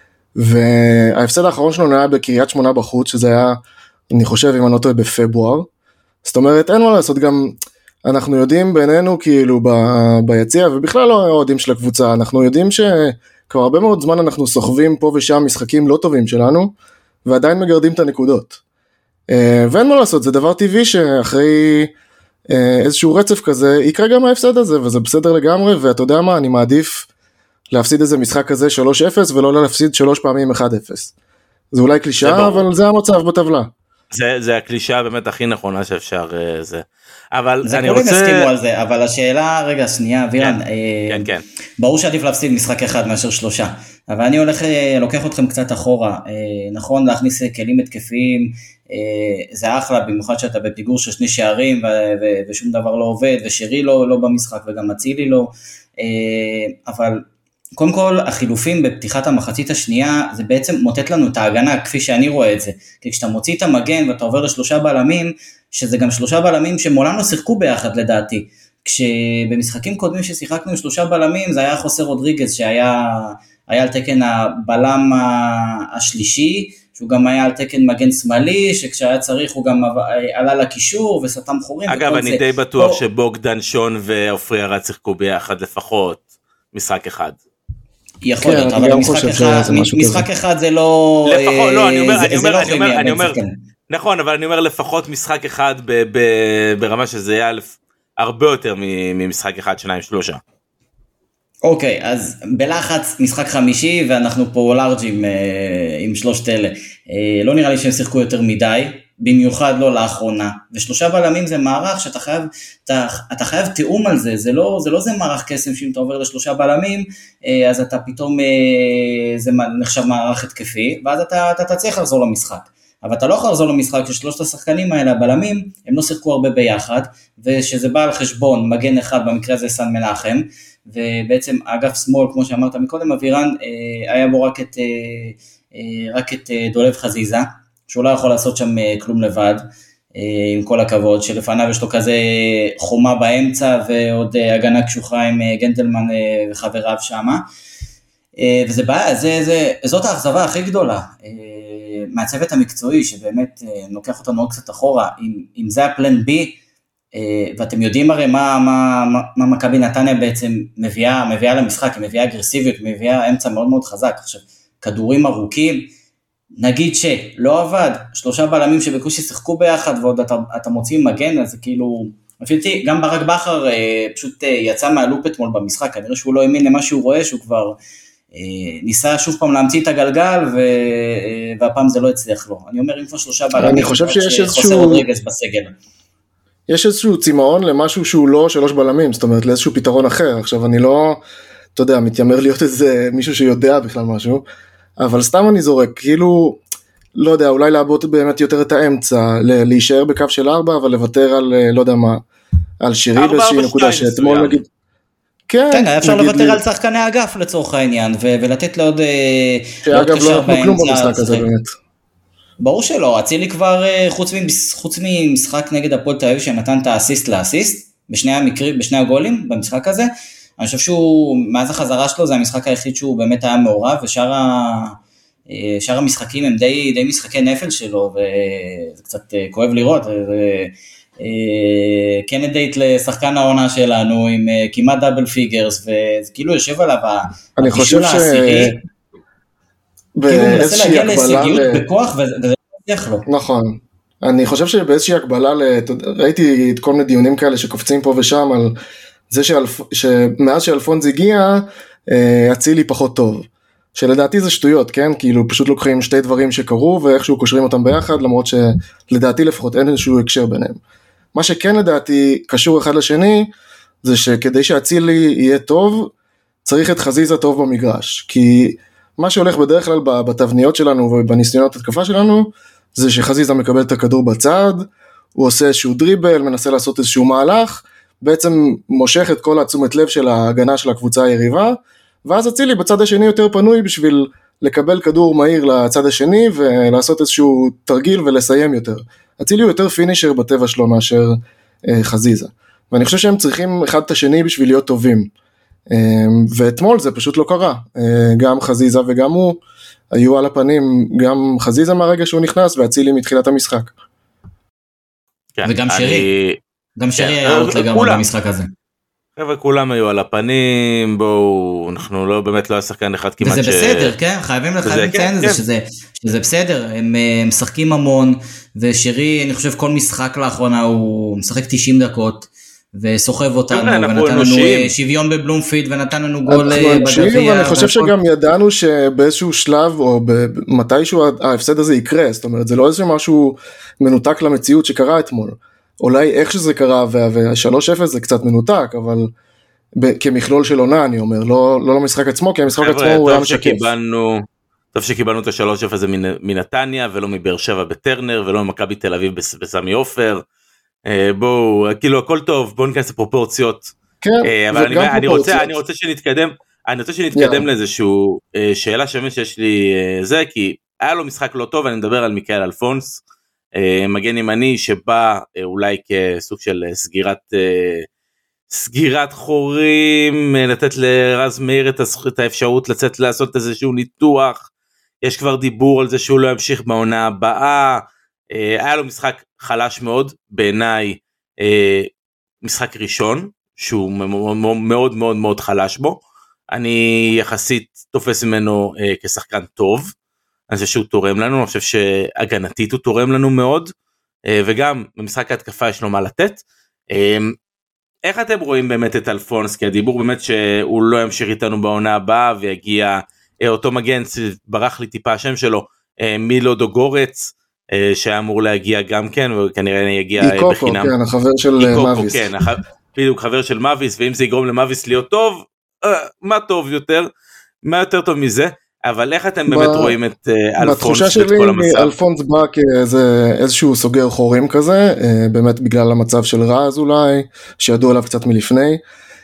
וההפסד האחרון שלנו היה בקריית שמונה בחוץ, שזה היה, אני חושב, אם אני לא טועה, בפברואר. זאת אומרת, אין מה לעשות, גם אנחנו יודעים בינינו, כאילו, ב, ביציע, ובכלל לא אוהדים של הקבוצה, אנחנו יודעים שכבר הרבה מאוד זמן אנחנו סוחבים פה ושם משחקים לא טובים שלנו, ועדיין מגרדים את הנקודות. ואין מה לעשות, זה דבר טבעי שאחרי איזשהו רצף כזה, יקרה גם ההפסד הזה, וזה בסדר לגמרי, ואתה יודע מה, אני מעדיף להפסיד איזה משחק כזה שלוש אפס, ולא להפסיד שלוש פעמים אחד אפס. זה אולי קלישה, אבל זה המצב בטבלה. זה, זה הקלישה באמת הכי נכונה שאפשר, זה. אבל זה אני כולם רוצה... הסכימו על זה, אבל השאלה, רגע, שנייה, וירן, כן, אה, כן, כן. ברור שעדיף להפסיד משחק אחד מאשר שלושה, אבל אני הולך, לוקח אתכם קצת אחורה, אה, נכון, להכניס כלים התקפיים, אה, זה אחלה, במיוחד שאתה בפיגור של שני שערים, ו- ו- ושום דבר לא עובד, ושירי לא, לא במשחק, וגם מצילי לא, אה, אבל... קודם כל, החילופים בפתיחת המחצית השנייה, זה בעצם מוטט לנו את ההגנה, כפי שאני רואה את זה. כי כשאתה מוציא את המגן ואתה עובר לשלושה בלמים, שזה גם שלושה בלמים שמעולם לא שיחקו ביחד לדעתי. כשבמשחקים קודמים ששיחקנו עם שלושה בלמים, זה היה חוסר רודריגז, שהיה היה על תקן הבלם השלישי, שהוא גם היה על תקן מגן שמאלי, שכשהיה צריך הוא גם עלה לקישור וסתם חורים. אגב, אני די בטוח שבוגדן, שון ואופרי ארד שיחקו ביחד לפחות. משחק אחד. יכול להיות, אבל משחק אחד זה לא... לפחות, לא, אני אומר, אני אומר, אני אומר, אני אומר, נכון, אבל אני אומר לפחות משחק אחד ברמה שזה היה הרבה יותר ממשחק אחד, שניים, שלושה. אוקיי, אז בלחץ משחק חמישי, ואנחנו פה לארג'ים עם שלושת אלה. לא נראה לי שהם שיחקו יותר מדי, במיוחד לא לאחרונה. ושלושה בלמים זה מערך שאתה חייב, אתה, אתה חייב תיאום על זה, זה לא, זה לא זה מערך קסם שאם אתה עובר לשלושה בלמים, אז אתה פתאום, זה נחשב מערך התקפי, ואז אתה, אתה תצליח לחזור למשחק. אבל אתה לא יכול לחזור למשחק ששלושת השחקנים האלה, הבלמים, הם לא שיחקו הרבה ביחד, ושזה בא על חשבון מגן אחד, במקרה הזה סן מנחם, ובעצם אגף שמאל, כמו שאמרת מקודם, אבירן, היה בו רק את, רק את דולב חזיזה, שהוא לא יכול לעשות שם כלום לבד, עם כל הכבוד, שלפניו יש לו כזה חומה באמצע, ועוד הגנה קשוחה עם גנטלמן וחבריו שמה, וזה בעיה, זה, זה, זאת האכזבה הכי גדולה, מהצוות המקצועי, שבאמת לוקח אותנו עוד קצת אחורה, אם, אם זה הפלן בי, ואתם יודעים הרי מה, מה, מה, מה מכבי נתניה בעצם מביאה, מביאה למשחק, היא מביאה אגרסיביות, מביאה אמצע מאוד מאוד חזק, עכשיו, כדורים ארוכים, נגיד שלא עבד, שלושה בלמים שבקושי שיחקו ביחד, ועוד אתה, אתה מוציא מגן, אז זה כאילו, אפילו גם ברק בכר פשוט יצא מהלופ אתמול במשחק, כנראה שהוא לא האמין למה שהוא רואה, שהוא כבר ניסה שוב פעם להמציא את הגלגל, והפעם זה לא הצליח לו. אני אומר, אם כבר שלושה בלמים, אני חושב שיש איזשהו... רודריגז בסגל. יש איזשהו צימאון למשהו שהוא לא שלוש בלמים, זאת אומרת, לאיזשהו פתרון אחר. עכשיו, אני לא, אתה יודע, מתיימר להיות איזה מישהו שיודע בכלל משהו, אבל סתם אני זורק, כאילו, לא יודע, אולי לעבוד באמת יותר את האמצע, להישאר בקו של ארבע, אבל לוותר על, לא יודע מה, על שירי באיזושהי נקודה שאתמול נגיד, כן, אפשר לוותר על שחקני אגף לצורך העניין, ולתת לעוד... שאגב לא אנחנו כלום במשחק הזה באמת. ברור שלא, אצילי כבר, חוץ ממשחק נגד הפועל תל אביב, שנתן את האסיסט לאסיסט, בשני המקרים, בשני הגולים, במשחק הזה, אני חושב שהוא, מאז החזרה שלו, זה המשחק היחיד שהוא באמת היה מעורב, ושאר המשחקים הם די, די משחקי נפל שלו, וזה קצת כואב לראות, קנדייט לשחקן העונה שלנו, עם כמעט דאבל פיגרס, וזה כאילו יושב עליו, אני חושב ש... כאילו הוא מנסה להגיע להישגיות בכוח, וזה לא מצליח לו. נכון, אני חושב שבאיזושהי הקבלה, ראיתי את כל מיני דיונים כאלה שקופצים פה ושם, על זה שמאז שאלפונז הגיע, אצילי פחות טוב. שלדעתי זה שטויות, כן? כאילו פשוט לוקחים שתי דברים שקרו, ואיכשהו קושרים אותם ביחד, למרות שלדעתי לפחות אין איזשהו הקשר ביניהם. מה שכן לדעתי קשור אחד לשני, זה שכדי שאצילי יהיה טוב, צריך את חזיזה טוב במגרש. כי מה שהולך בדרך כלל בתבניות שלנו, ובניסיונות התקפה שלנו, זה שחזיזה מקבל את הכדור בצד, הוא עושה איזשהו דריבל, מנסה לעשות איזשהו מהלך, בעצם מושך את כל התשומת לב של ההגנה של הקבוצה היריבה, ואז אצילי בצד השני יותר פנוי בשביל לקבל כדור מהיר לצד השני, ולעשות איזשהו תרגיל ולסיים יותר. אצילי הוא יותר פינישר בטבע שלו מאשר אה, חזיזה. ואני חושב שהם צריכים אחד את השני בשביל להיות טובים. אה, ואתמול זה פשוט לא קרה. אה, גם חזיזה וגם הוא היו על הפנים, גם חזיזה מהרגע שהוא נכנס, ואצילי מתחילת המשחק. כן, וגם אני... שרי. גם שרי היה עוד לגמרי במשחק הזה. חבר'ה, כולם היו על הפנים, בואו, אנחנו לא, באמת לא היה שחקן אחד כמעט ש... וזה בסדר, כן, חייבים לציין את זה, שזה, שזה בסדר, הם משחקים המון, ושירי, אני חושב, כל משחק לאחרונה, הוא משחק תשעים דקות, וסוחב אותנו, ונתן לנו שוויון בבלומפילד, ונתן לנו גול בגביע. אני חושב שגם ידענו שבאיזשהו שלב, או מתישהו ההפסד הזה יקרה, זאת אומרת, זה לא איזשהו משהו מנותק למציאות שקרה אתמול. אולי איך שזה קרה, וה-שלוש אפס זה קצת מנותק, אבל כמכלול של עונה, אני אומר, לא למשחק עצמו, כי המשחק עצמו הוא היה משקף. טוב שקיבלנו את ה-שלוש אפס הזה מנתניה, ולא מבאר שבע בטרנר, ולא ממכבי תל אביב בסמי עופר. בואו, כאילו הכל טוב, בואו ניכנס לפרופורציות. כן, אבל אני רוצה, אני רוצה שנתקדם, אני רוצה שנתקדם לאיזשהו שאלה שמת שיש לי זה, כי היה לו משחק לא טוב, אני מדבר על מיקאל אלפונס, מגן ימני שבא אולי כסוג של סגירת סגירת חורים, לתת לרז מאיר את האפשרות לצאת לעשות איזשהו ניתוח, יש כבר דיבור על זה שהוא לא ימשיך בעונה הבאה, היה לו משחק חלש מאוד, בעיניי משחק ראשון, שהוא מאוד מאוד מאוד חלש בו, אני יחסית תופס ממנו אה, כשחקן טוב, אני חושב שהוא תורם לנו, אני חושב שהגנתית הוא תורם לנו מאוד, אה, וגם במשחק ההתקפה יש לו מה לתת. אה, איך אתם רואים באמת את אלפונס, כי הדיבור באמת שהוא לא ימשיך איתנו בעונה הבאה, ויגיע אה, אותו מגן, ברח לי טיפה השם שלו, אה, מילו דוגורץ, אה, שהיה אמור להגיע גם כן, וכנראה יגיע איקוקו, בחינם. כן, החבר של איקוקו, מביס. כן, הח... בדיוק חבר של מביס, ואם זה יגרום למביס להיות טוב, אה, מה טוב יותר, מה יותר טוב מזה, אבל איך אתם באמת רואים את אלפונס ואת כל המצב? בתחושה שלי אלפונס בא כאיזשהו סוגר חורים כזה, באמת בגלל המצב של רז אולי, שידעו עליו קצת מלפני.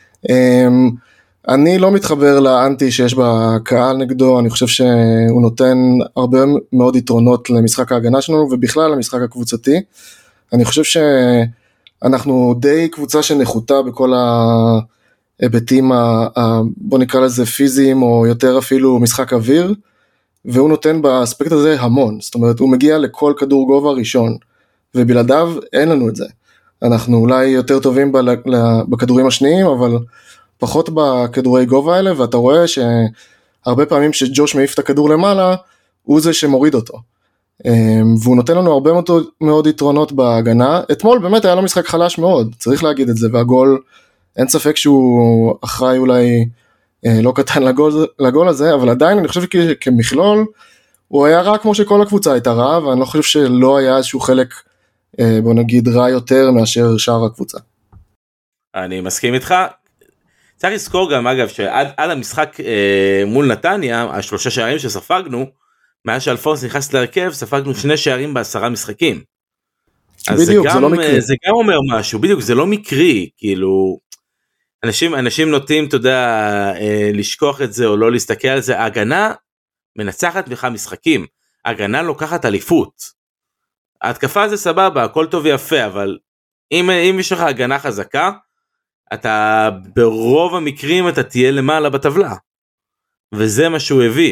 אני לא מתחבר לאנטי שיש בקהל נגדו, אני חושב שהוא נותן הרבה מאוד יתרונות למשחק ההגנה שלנו, ובכלל למשחק הקבוצתי. אני חושב שאנחנו די קבוצה שנחותה בכל ה... היבטים, בוא נקרא לזה פיזיים, או יותר אפילו משחק אוויר, והוא נותן באספקט הזה המון, זאת אומרת, הוא מגיע לכל כדור גובה ראשון, ובלעדיו אין לנו את זה. אנחנו אולי יותר טובים בכדורים השניים, אבל פחות בכדורי גובה האלה, ואתה רואה שהרבה פעמים שג'וש מעיף את הכדור למעלה, הוא זה שמוריד אותו. והוא נותן לנו הרבה מאוד, מאוד יתרונות בהגנה. אתמול באמת היה לו משחק חלש מאוד, צריך להגיד את זה, והגול, אין ספק שהוא אחראי אולי אה, לא קטן לגול, לגול הזה, אבל עדיין אני חושב שכמכלול, הוא היה רע כמו שכל הקבוצה הייתה רע, ואני לא חושב שלא היה איזשהו חלק, אה, בוא נגיד, רע יותר מאשר שאר הקבוצה. אני מסכים איתך. צריך לזכור גם אגב, שעד עד המשחק אה, מול נתניה, השלושה שערים שספגנו, מאז שאלפונס נכנס להרכב, ספגנו שני שערים בעשרה משחקים. אז בדיוק, זה, גם, זה, לא מקרי. זה גם אומר משהו, בדיוק, זה לא מקרי, כאילו, אנשים, אנשים נוטים, אתה יודע, לשכוח את זה או לא להסתכל על זה, ההגנה מנצחת בכלל משחקים, ההגנה לוקחת אליפות, ההתקפה זה סבבה, הכל טוב ויפה, אבל אם, אם יש לך הגנה חזקה, אתה ברוב המקרים אתה תהיה למעלה בטבלה, וזה מה שהוא הביא.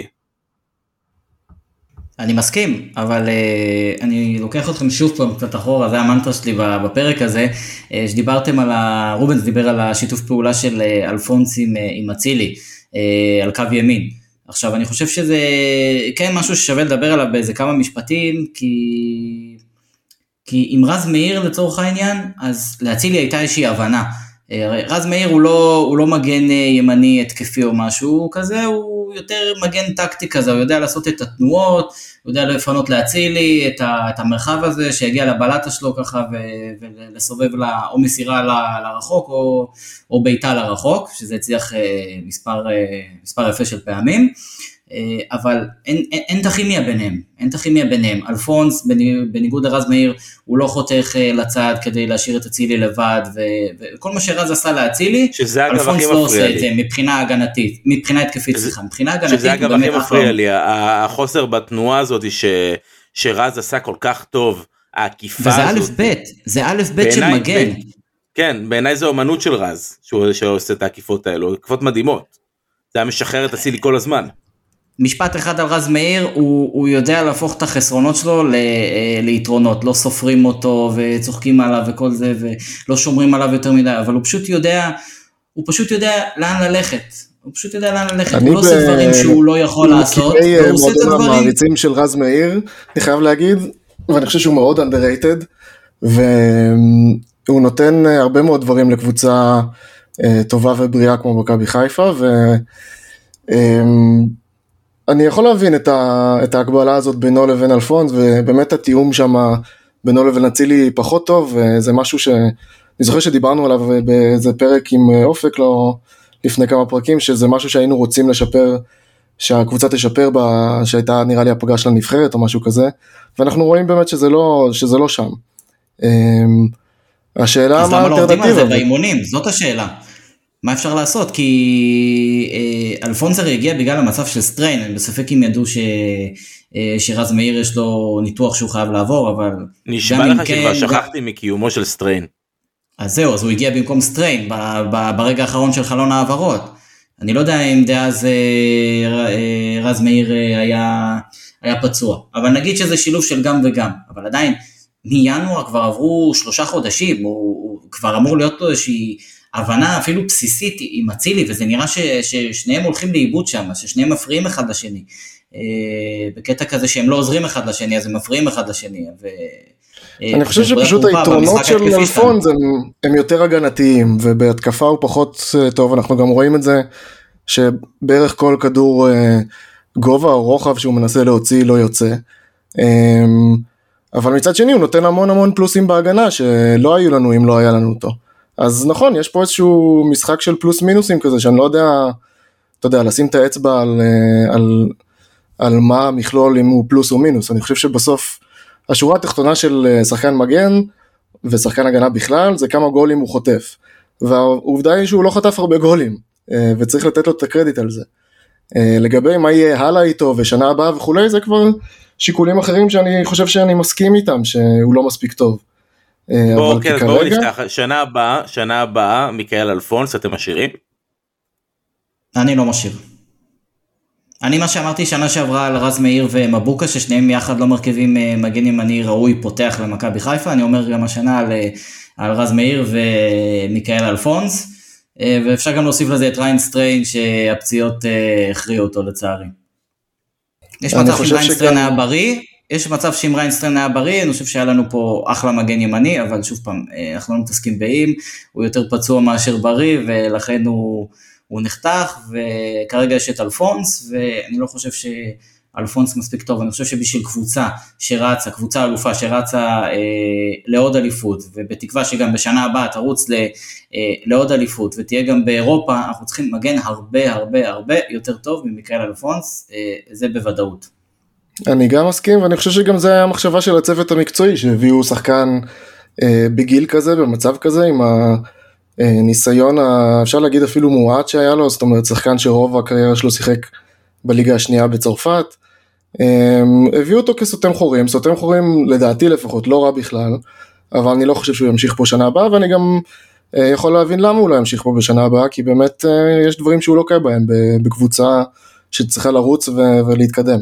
אני מסכים, אבל uh, אני לוקח אתכם שוב פעם קצת אחורה, זה המנטרה שלי בפרק הזה, uh, שדיברתם על, ה... רובנס דיבר על השיתוף פעולה של uh, אלפונס עם, uh, עם אצילי, uh, על קו ימין. עכשיו אני חושב שזה כן משהו ששווה לדבר עליו באיזה כמה משפטים, כי, כי עם רז מאיר לצורך העניין, אז לאצילי הייתה איזושהי הבנה, רז מאיר הוא לא, הוא לא מגן ימני התקפי או משהו כזה, הוא יותר מגן טקטי כזה, הוא יודע לעשות את התנועות, הוא יודע לפנות להצילי את, ה, את המרחב הזה, שיגיע לבלטה שלו ככה, ו, ולסובב לה, או מסירה ל, לרחוק, או, או ביתה לרחוק, שזה הצליח מספר, מספר יפה של פעמים, אבל אין, אין, אין תכימיה ביניהם, אין תכימיה ביניהם, אלפונס בניגוד לרז מאיר, הוא לא חותך לצד כדי להשאיר את אצילי לבד, וכל מה שרז עשה להצילי, אלפונס לא עושה את זה מבחינה הגנתית, מבחינה התקפית, סליחה, מבחינה הגנתית, שזה אגב הכי מפריע לי, החוסר בתנועה הזאת שרז עשה כל כך טוב, העקיפה הזאת. וזה א' ב', זה א' ב' של מגן. כן, בעיניי זה אומנות של רז, שהוא עושה את העקיפות האלו, עקיפות מדהימות, זה היה משחרר את אצילי כל הזמן. משפט אחד על רז מאיר, הוא, הוא יודע להפוך את החסרונות שלו ל, ליתרונות, לא סופרים אותו וצוחקים עליו וכל זה, ולא שומרים עליו יותר מדי, אבל הוא פשוט יודע, הוא פשוט יודע לאן ללכת, הוא פשוט יודע לאן ללכת, הוא לא עושה דברים שהוא לא יכול לעשות, והוא עושה את הדברים. המעריצים של רז מאיר, אני חייב להגיד, ואני חושב שהוא מאוד underrated, והוא נותן הרבה מאוד דברים לקבוצה טובה ובריאה כמו מכבי חיפה, ו... אני יכול להבין את, ה, את ההגבלה הזאת בינו לבין אלפונס, ובאמת התיאום שם בינו לבין אצילי פחות טוב, וזה משהו שאני זוכר שדיברנו עליו באיזה פרק עם אופק, לא לפני כמה פרקים, שזה משהו שהיינו רוצים לשפר, שהקבוצה תשפר, בה, שהייתה נראה לי הפגרה של הנבחרת או משהו כזה, ואנחנו רואים באמת שזה לא, שזה לא שם. השאלה מה האלטרנטיבה? אז למה לא עובדים על זה באימונים? זאת השאלה. מה אפשר לעשות? כי אלפונס הרי הגיע בגלל המצב של סטריין, אני בספק אם ידעו ש... שרז מאיר יש לו ניתוח שהוא חייב לעבור, אבל... נשמע לך שכבר שכחתי מקיומו של סטריין. אז זהו, אז הוא הגיע במקום סטריין, ברגע האחרון של חלון העברות. אני לא יודע אם דאז רז מאיר היה, היה פצוע, אבל נגיד שזה שילוב של גם וגם, אבל עדיין, מינואר כבר עברו שלושה חודשים, הוא, הוא כבר אמור להיות לו איזושהי... הבנה אפילו בסיסית עם אצילי, וזה נראה ש, ששניהם הולכים לאיבוד שם, ששניהם מפריעים אחד לשני, בקטע כזה שהם לא עוזרים אחד לשני, אז הם מפריעים אחד לשני, ו... אני חושב שפשוט היתרונות של אלפונס הם, הם יותר הגנתיים, ובהתקפה הוא פחות טוב, אנחנו גם רואים את זה, שבערך כל כדור גובה או רוחב שהוא מנסה להוציא לא יוצא, אבל מצד שני הוא נותן המון המון פלוסים בהגנה, שלא היו לנו אם לא היה לנו אותו. אז נכון, יש פה איזשהו משחק של פלוס מינוסים כזה, שאני לא יודע, אתה יודע, לשים את האצבע על, על, על מה המכלול אם הוא פלוס או מינוס. אני חושב שבסוף, השורה התחתונה של שחקן מגן, ושחקן הגנה בכלל, זה כמה גולים הוא חוטף. והעובדה היא שהוא לא חטף הרבה גולים, וצריך לתת לו את הקרדיט על זה. לגבי מה יהיה הלאה איתו, ושנה הבאה וכולי, זה כבר שיקולים אחרים שאני חושב שאני מסכים איתם, שהוא לא מספיק טוב. בואו כן, בואו נפתח, שנה הבאה, שנה הבאה, מיכאל אלפונס, אתם משאירים? אני לא משאיר. אני מה שאמרתי שנה שעברה על רז מאיר ומבוקה, ששניהם יחד לא מרכיבים מגן ימני ראוי פותח למכבי חיפה, אני אומר גם השנה על, על רז מאיר ומיכאל אלפונס, ואפשר גם להוסיף לזה את ריין סטריין, שהפציעות הכריעו אותו לצערי. יש מצב שאם ריין סטריין היה בריא, יש מצב שאם ריין סטריין היה בריא, אני חושב שהיה לנו פה אחלה מגן ימני, אבל שוב פעם, אנחנו לא מתעסקים באים, הוא יותר פצוע מאשר בריא, ולכן הוא, הוא נחתך, וכרגע יש את אלפונס, ואני לא חושב שאלפונס מספיק טוב, אני חושב שבשביל קבוצה שרצה, קבוצה אלופה שרצה אה, לעוד אליפות, ובתקווה שגם בשנה הבאה תרוץ ל, אה, לעוד אליפות, ותהיה גם באירופה, אנחנו צריכים מגן הרבה הרבה הרבה יותר טוב ממיקאל אלפונס, אה, זה בוודאות. אני גם מסכים, ואני חושב שגם זה היה המחשבה של הצוות המקצועי, שהביאו שחקן אה, בגיל כזה, במצב כזה, עם הניסיון, ה, אפשר להגיד אפילו מועט שהיה לו, זאת אומרת, שחקן שרוב הקריירה שלו שיחק בליגה השנייה בצרפת, אה, הביאו אותו כסותם חורים, סותם חורים לדעתי לפחות, לא רע בכלל, אבל אני לא חושב שהוא ימשיך פה שנה הבאה, ואני גם אה, יכול להבין למה הוא לא ימשיך פה בשנה הבאה, כי באמת אה, יש דברים שהוא לא קיים בהם, בקבוצה שצריכה לרוץ ו- ולהתקדם.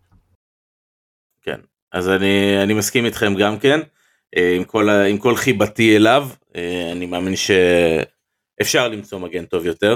כן, אז אני, אני מסכים איתכם גם כן, עם כל, עם כל חיבתי אליו, אני מאמין שאפשר למצוא מגן טוב יותר,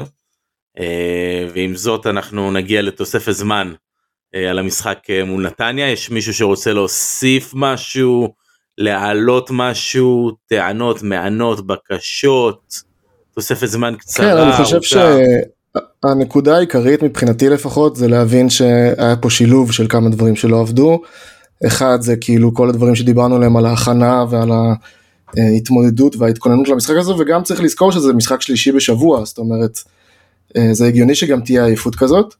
ועם זאת אנחנו נגיע לתוספת זמן על המשחק מול נתניה. יש מישהו שרוצה להוסיף משהו, להעלות משהו, טענות, מענות, בקשות, תוספת זמן קצרה. כן, אני חושב שהנקודה העיקרית מבחינתי לפחות, זה להבין שהיה פה שילוב של כמה דברים שלא עבדו. אחד זה כאילו כל הדברים שדיברנו עליהם על ההכנה ועל ההתמודדות וההתכוננות למשחק הזה, וגם צריך לזכור שזה משחק שלישי בשבוע, זאת אומרת, זה הגיוני שגם תהיה עייפות כזאת.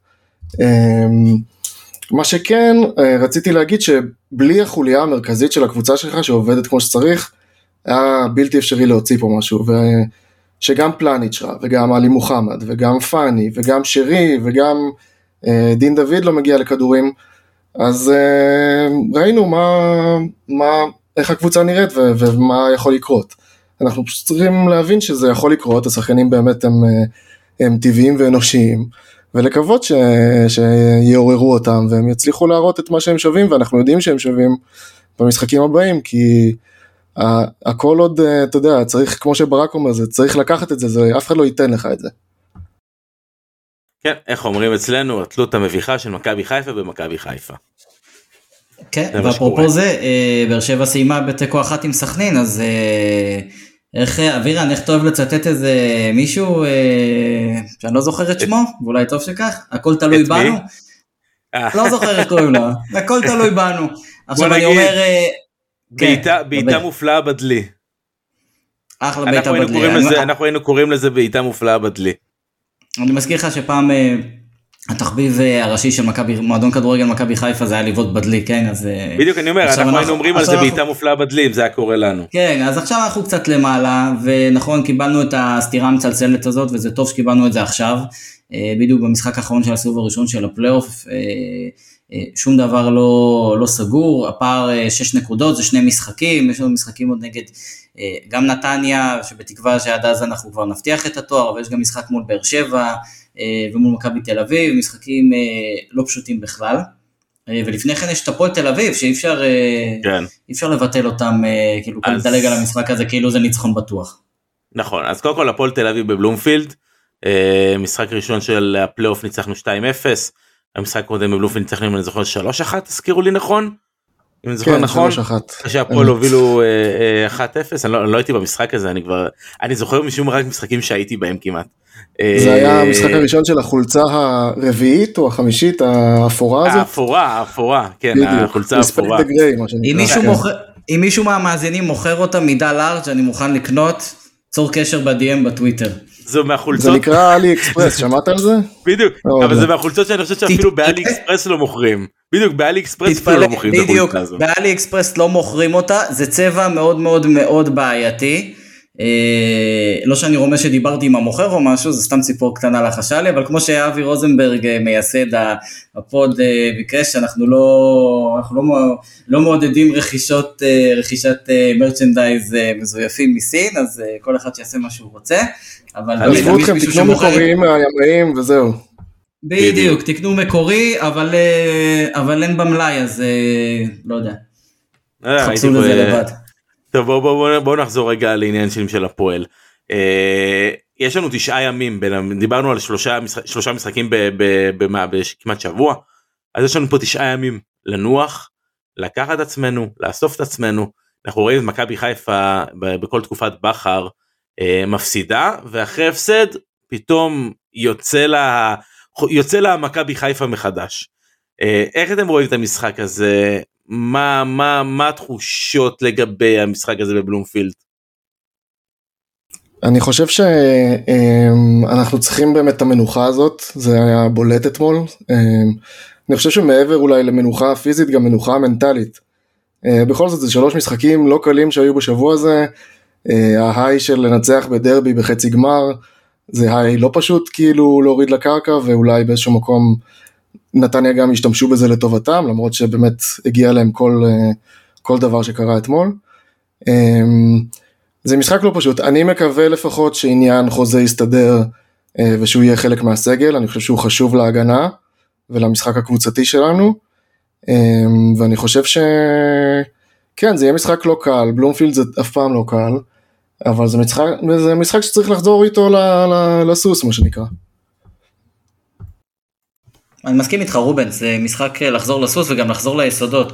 מה שכן, רציתי להגיד שבלי החוליה המרכזית של הקבוצה שלך שעובדת כמו שצריך, היה בלתי אפשרי להוציא פה משהו, ושגם פלניץ' רע, וגם עלי מוחמד, וגם פאני, וגם שרי, וגם דין דוד לא מגיע לכדורים, אז uh, ראינו מה, מה, איך הקבוצה נראית ו- ומה יכול לקרות. אנחנו פשוט צריכים להבין שזה יכול לקרות, השחקנים באמת הם, הם טבעיים ואנושיים, ולקוות ש- שיעוררו אותם והם יצליחו להראות את מה שהם שווים, ואנחנו יודעים שהם שווים במשחקים הבאים, כי הכל עוד, אתה יודע, צריך, כמו שברק אומר, זה, צריך לקחת את זה, זה, אף אחד לא ייתן לך את זה. כן, איך אומרים אצלנו, התלות המביכה של מכבי חיפה במכבי חיפה. כן, ואפרופו זה, באר שבע סיימה בתיקו אחת עם סכנין, אז איך, אבירן, איך טוב לצטט איזה מישהו, שאני לא זוכר את שמו, ואולי טוב שכך, הכל תלוי בנו. לא זוכר איך קוראים לו, הכל תלוי בנו. עכשיו אני אומר... בעיטה מופלאה בדלי. אחלה בעיטה בדלי. אנחנו היינו קוראים לזה בעיטה מופלאה בדלי. אני מזכיר לך שפעם התחביב הראשי של מכבי, מועדון כדורגל מכבי חיפה זה היה לבעוט בדלי, כן, אז... בדיוק אני אומר, אנחנו היינו אומרים על זה בעיטה מופלאה בדלי, אם זה היה קורה לנו. כן, אז עכשיו אנחנו קצת למעלה, ונכון, קיבלנו את הסתירה המצלצלת הזאת, וזה טוב שקיבלנו את זה עכשיו, בדיוק במשחק האחרון של הסיבוב הראשון של הפלייאוף, שום דבר לא, לא סגור, הפער שש נקודות, זה שני משחקים, יש לנו משחקים עוד נגד גם נתניה, שבתקווה שעד אז אנחנו כבר נבטיח את התואר, אבל יש גם משחק מול באר שבע, ומול מכבי תל אביב, משחקים לא פשוטים בכלל, ולפני כן יש את הפועל תל אביב, שאי אפשר, כן. אפשר לבטל אותם, כאילו, אז... לדלג על המשחק הזה, כאילו זה ניצחון בטוח. נכון, אז קודם כל הפועל תל אביב בבלומפילד, משחק ראשון של הפלייאוף ניצחנו שתיים אפס, המשחק קודם בבלומפילד ניצחנו, אם אני זוכר, שלוש אחת, תזכירו לי נכון? אם אני זוכר נכון? כשהפועל הובילו אחת אפס, אני לא הייתי במשחק הזה, אני כבר, אני זוכר משום רק משחקים שהייתי בהם כמעט. זה היה המשחק הראשון של החולצה הרביעית או החמישית, האפורה הזאת? האפורה, האפורה, כן, החולצה האפורה. אם מישהו מהמאזינים מוכר אותה מידה לארג' אני מוכן לקנות, צור קשר ב-די אם בטוויטר. זו מהחולצות. זה נקרא אלי אקספרס, שמעת על זה? בדיוק, אבל זה מהחולצות שאני חושב שאפילו באלי אקספרס לא מוכרים. בדיוק, באלי אקספרס אפילו לא מוכרים את החולצה הזו. באלי אקספרס לא מוכרים אותה, זה צבע מאוד מאוד מאוד בעייתי. לא שאני רומז שדיברתי עם המוכר או משהו, זה סתם ציפור קטנה לחשה לי, אבל כמו שאבי רוזנברג מייסד הפוד ביקש, אנחנו לא, אנחנו לא, לא מעודדים רכישות, רכישת מרצ'נדייז מזויפים מסין, אז כל אחד שיעשה מה שהוא רוצה. עזבו אתכם, תקנו מקוריים מהימאים וזהו. בדיוק, תקנו מקורי, אבל, אבל אין במלאי, אז לא יודע. חפשו לזה לבד. טוב, בואו בוא, בוא, בוא נחזור רגע לעניין של, של הפועל. אה, יש לנו תשעה ימים, בין, דיברנו על שלושה, שלושה משחקים בכמעט שבוע, אז יש לנו פה תשעה ימים לנוח, לקחת עצמנו, לאסוף את עצמנו. אנחנו רואים את מכבי חיפה בכל תקופת בחר אה, מפסידה, ואחרי הפסד פתאום יוצא לה, יוצא לה מכבי חיפה מחדש. אה, איך אתם רואים את המשחק הזה? מה, מה, מה התחושות לגבי המשחק הזה בבלומפילד? אני חושב שאנחנו צריכים באמת את המנוחה הזאת, זה היה בולט אתמול. אני חושב שמעבר אולי למנוחה פיזית, גם מנוחה מנטלית. בכל זאת זה שלוש משחקים לא קלים שהיו בשבוע הזה, ההיי של לנצח בדרבי בחצי גמר, זה היי לא פשוט כאילו להוריד לקרקע, ואולי באיזשהו מקום נתניה גם השתמשו בזה לטובתם, למרות שבאמת הגיע להם כל, כל דבר שקרה אתמול. זה משחק לא פשוט, אני מקווה לפחות שעניין חוזה יסתדר, ושהוא יהיה חלק מהסגל, אני חושב שהוא חשוב להגנה, ולמשחק הקבוצתי שלנו, ואני חושב ש... כן, זה יהיה משחק לא קל, בלומפילד זה אף פעם לא קל, אבל זה משחק, זה משחק שצריך לחזור איתו לסוס, מה שנקרא. אני מסכים איתך רובן, זה משחק לחזור לסוס וגם לחזור ליסודות,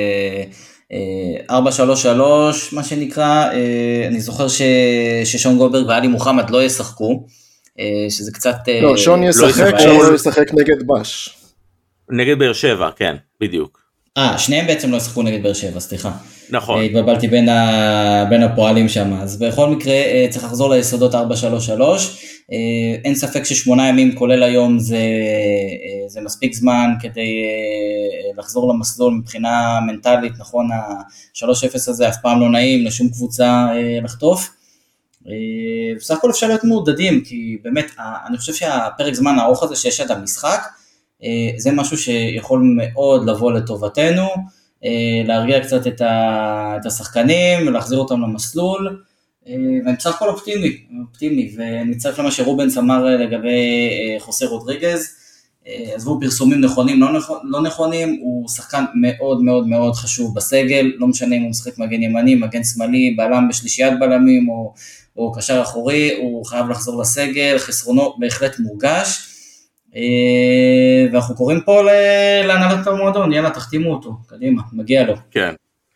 ארבע שלוש שלוש מה שנקרא, אני זוכר ששון גולדברג ואלי מוחמד לא ישחקו, שזה קצת... לא, שון ישחק, שון לא ישחק נגד בש. נגד באר שבע, כן, בדיוק. אה, שניהם בעצם לא ישחקו נגד באר שבע, סליחה. נכון. התבלבלתי בין, ה... בין הפועלים שם, אז בכל מקרה צריך לחזור ליסודות ארבע שלוש שלוש, אין ספק ששמונה ימים כולל היום זה, זה מספיק זמן כדי לחזור למסלול מבחינה מנטלית, נכון, ה-שלוש אפס הזה אף פעם לא נעים לשום קבוצה לחטוף, בסך הכל אפשר להיות מעודדים, כי באמת אני חושב שהפרק זמן הארוך הזה שיש עד המשחק, זה משהו שיכול מאוד לבוא לטובתנו, להרגיע קצת את השחקנים, להחזיר אותם למסלול, ואני בסך הכל אופטימי, אופטימי, ומצטרף למה שרובנס אמר לגבי חוסה רודריגז, עזבו פרסומים נכונים, לא, נכ... לא נכונים, הוא שחקן מאוד מאוד מאוד חשוב בסגל, לא משנה אם הוא משחק מגן ימני, מגן שמאלי, בלם בשלישיית בלמים, או, או קשר אחורי, הוא חייב לחזור לסגל, חסרונו בהחלט מורגש, ואנחנו קוראים פה להנהלת המועדון, יאללה תחתימו אותו, קדימה, מגיע לו. כן.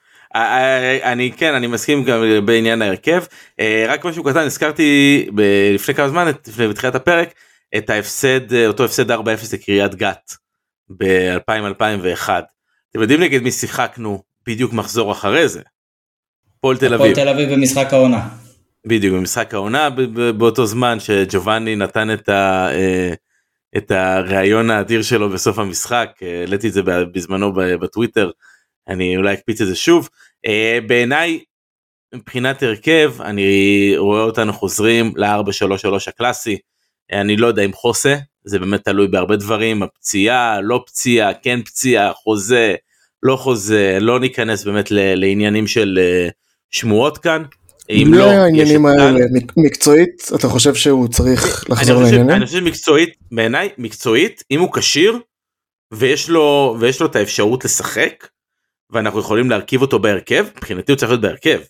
אני כן, אני מסכים גם בעניין ההרכב, רק משהו קטן, הזכרתי לפני כמה זמן, לפני בתחילת הפרק, את ההפסד, אותו הפסד ארבע אפס לקריית גת, ב-אלפיים אלפיים ואחת, אתם יודעים נגד מי שיחקנו בדיוק מחזור אחרי זה? פועל תל אביב. פועל תל אביב במשחק העונה. בדיוק, במשחק העונה, באותו זמן שג'ובאני נתן את ה... את הרעיון האדיר שלו בסוף המשחק, העליתי את זה בזמנו בטוויטר, אני אולי אקפיץ את זה שוב, בעיניי מבחינת הרכב, אני רואה אותנו חוזרים ל-ארבע שלוש שלוש הקלאסי, אני לא יודע אם חוסה, זה באמת תלוי בהרבה דברים, הפציעה, לא פציעה, כן פציעה, חוזה, לא חוזה, לא ניכנס באמת לעניינים של שמועות כאן, אם לא, העניינים האלה, מקצועית, אתה חושב שהוא צריך לחזור לעניינים? אני חושב מקצועית, בעיניי, מקצועית, אם הוא כשיר, ויש לו, ויש לו את האפשרות לשחק, ואנחנו יכולים להרכיב אותו בהרכב, מבחינתי הוא צריך להיות בהרכב.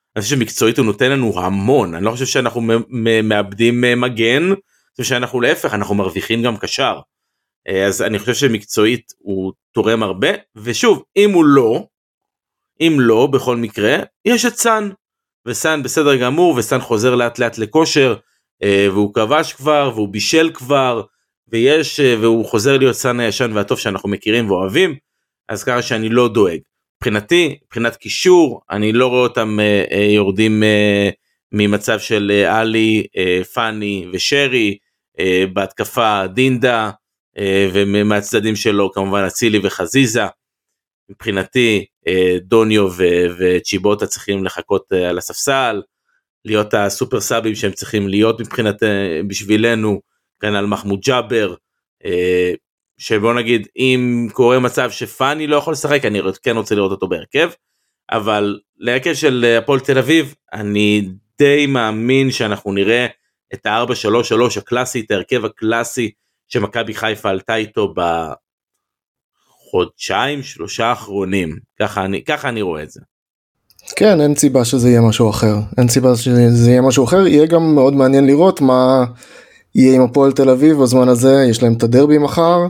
אני חושב שמקצועית הוא נותן לנו המון, אני לא חושב שאנחנו מאבדים מגן, אני חושב שאנחנו להפך, אנחנו מרוויחים גם קשר, אז אני חושב שמקצועית הוא תורם הרבה, ושוב, אם הוא לא, אם לא, בכל מקרה, יש את סן, וסן בסדר גמור, וסן חוזר לאט לאט לכושר, והוא כבש כבר, והוא בישל כבר, ויש, והוא חוזר להיות סן הישן והטוב שאנחנו מכירים ואוהבים, אז ככה שאני לא דואג. מבחינתי, מבחינת קישור, אני לא רואה אותם יורדים ממצב של אלי, פני ושרי, בהתקפה דינדה, ומהצדדים שלו כמובן אצילי וחזיזה. מבחינתי דוניו וצ'יבוטה צריכים לחכות על הספסל, להיות הסופר סאבים שהם צריכים להיות מבחינת בשבילנו, כאן על מחמוד ג'אבר, שבוא נגיד אם קורה מצב שפני לא יכול לשחק, אני כן רוצה לראות אותו בהרכב, אבל להרכב של הפועל תל אביב, אני די מאמין שאנחנו נראה את ה-ארבע שלוש שלוש הקלאסי, את ההרכב הקלאסי שמכבי חיפה עלתה איתו בחודשיים, שלושה האחרונים, ככה אני, ככה אני רואה את זה. כן, אין סיבה שזה יהיה משהו אחר, אין סיבה שזה יהיה משהו אחר, יהיה גם מאוד מעניין לראות מה יהיה עם הפועל תל אביב בזמן הזה, יש להם את הדרבי מחר,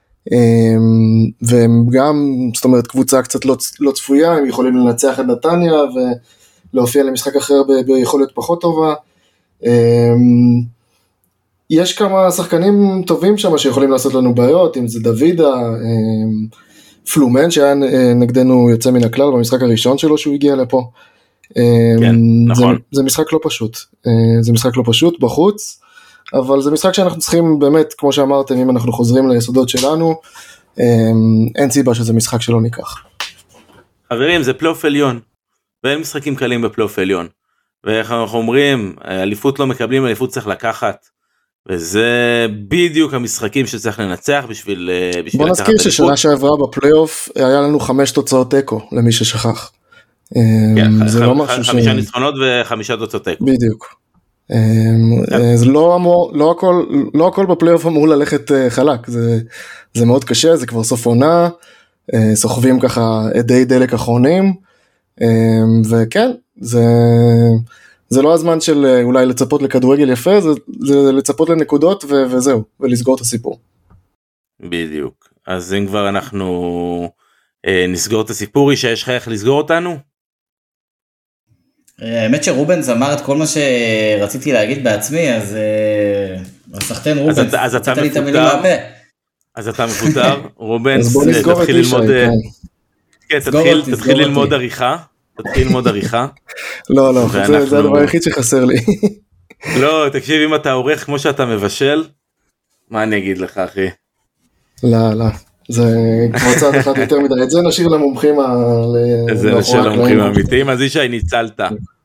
והם גם, זאת אומרת, קבוצה קצת לא, לא צפויה, הם יכולים לנצח את נתניה ולהופיע למשחק אחר ביכולת פחות טובה. יש כמה שחקנים טובים שם שיכולים לעשות לנו בעיות, אם זה דוידה, פלומן שהיה נגדנו יוצא מן הכלל במשחק הראשון שלו שהוא הגיע לפה. כן, נכון. זה, זה משחק לא פשוט, זה משחק לא פשוט בחוץ, אבל זה משחק שאנחנו צריכים באמת, כמו שאמרתם, אם אנחנו חוזרים ליסודות שלנו, אין סיבה שזה משחק שלא ניקח. חברים, זה פלייאוף עליון, ואין משחקים קלים בפלייאוף עליון, ואיך אנחנו אומרים, אליפות לא מקבלים, אליפות צריך לקחת, וזה בדיוק המשחקים שצריך לנצח בשביל... בשביל בוא נזכיר ששנה שעברה בפלייאוף, היה לנו חמש תוצאות אקו, למי ששכח. כן, זה לא משהו ש... חמישה ניצחונות וחמישה תוצאות אקו. בדיוק. זה לא אמור, לא הכל, לא הכל בפלייאוף אמור ללכת חלק, זה, זה מאוד קשה, זה כבר סוף עונה, סוחבים ככה עדי דלק אחרונים, וכן, זה, זה לא הזמן של אולי לצפות לכדורגל יפה, זה, זה לצפות לנקודות ו, וזהו, ולסגור את הסיפור. בדיוק, אז אם כבר אנחנו נסגור את הסיפור, יש לך איך לסגור אותנו? האמת שרובנס אמר את כל מה שרציתי להגיד בעצמי, אז הסחטן רובנס, אז אתה מפוטר, אז אתה מפוטר, רובנס, תתחיל ללמוד, כן, תתחיל ללמוד עריכה, תתחיל ללמוד עריכה. לא, לא, זה הדבר היחיד שחסר לי. לא, תקשיב, אם אתה עורך כמו שאתה מבשל, מה אני אגיד לך, אחי? לא, לא. זה כבר צעד אחד יותר מדי, את זה נשאיר למומחים זה נשאיר למומחים האמיתיים, אז אישי ניצלת.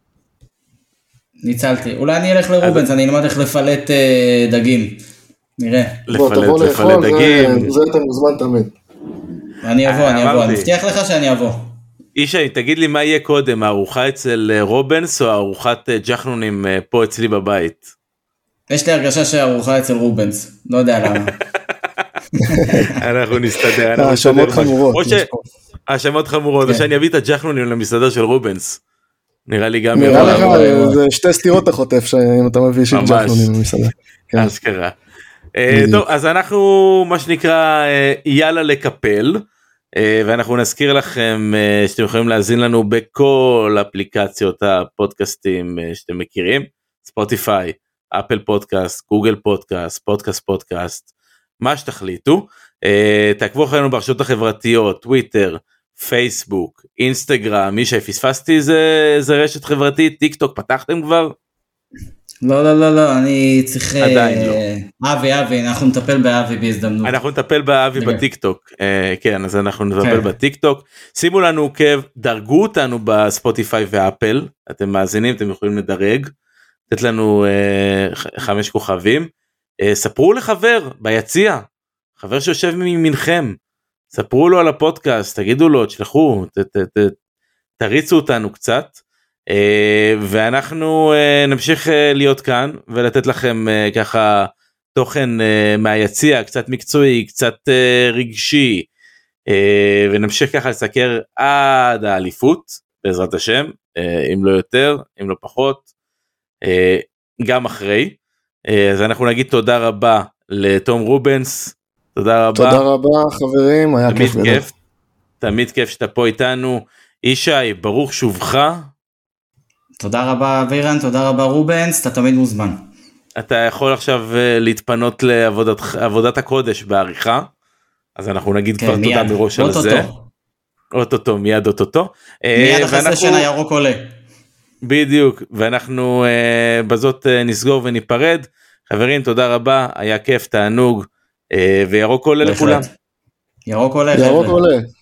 ניצלתי, אולי אני אלך לרובנס, אני אלמד איך לפלט דגים, נראה. לפלט, לפלט דגים. זה אתה מוזמן תמיד. אני אבוא, אני אבוא, אני מבטיח לך שאני אבוא. אישי, תגיד לי מה יהיה קודם, הארוחה אצל רובנס או הארוחת ג'חנונים פה אצלי בבית? יש לי הרגשה שהארוחה אצל רובנס, לא יודע למה. אנחנו נסתדר. האשמות חמורות. האשמות חמורות, או שאני אביא את הג'חנונים למסעדה של רובנס. נראה לי גם... נראה לך, זה שתי סתירות החוטף, אם אתה מביא של ג'חנונים למסעדה. אשכרה. טוב, אז אנחנו, מה שנקרא, יאללה לקפל, ואנחנו נזכיר לכם שאתם יכולים להזין לנו בכל אפליקציות הפודקאסטים שאתם מכירים, ספוטיפיי, אפל פודקאסט, גוגל פודקאסט, פודקאסט פודקאסט, מה שתחליטו, תעקבו אחרינו ברשתות החברתיות, טוויטר, פייסבוק, אינסטגרם, מי שפספסתי זה, זה רשת חברתית, טיק טוק, פתחתם כבר? לא, לא, לא, לא, אני צריך... עדיין לא. אבי, אבי, אנחנו נטפל באבי בהזדמנות. אנחנו נטפל באבי בטיק טוק, כן, אז אנחנו נטפל בטיק טוק, שימו לנו עוקב, דרגו אותנו בספוטיפיי ואפל, אתם מאזינים, אתם יכולים לדרג, לתת לנו חמש כוכבים, ספרו לחבר ביציע, חבר שיושב ממינכם, ספרו לו על הפודקאסט, תגידו לו, תשלחו, ת, ת, ת, תריצו אותנו קצת, ואנחנו נמשיך להיות כאן, ולתת לכם ככה תוכן מהיציע, קצת מקצועי, קצת רגשי, ונמשיך ככה לסקר עד האליפות, בעזרת השם, אם לא יותר, אם לא פחות, גם אחרי. אז אנחנו נגיד תודה רבה לתום רובנס, תודה רבה. תודה רבה חברים, היה כיף גדול. כיף, תמיד כיף שאתה פה איתנו. ישי, ברוך שובך. תודה רבה אבירן, תודה רבה רובנס, אתה תמיד מוזמן. אתה יכול עכשיו להתפנות לעבודת הקודש בעריכה, אז אנחנו נגיד כן, כבר מיד. תודה מראש על זה. אוטוטו, מיד אוטוטו. מיד אחרי סשן הירוק עולה. בדיוק, ואנחנו uh, בזאת uh, נסגור וניפרד. חברים, תודה רבה, היה כיף, תענוג, uh, וירוק עולה לכולם. ירוק עולה. ירוק עולה.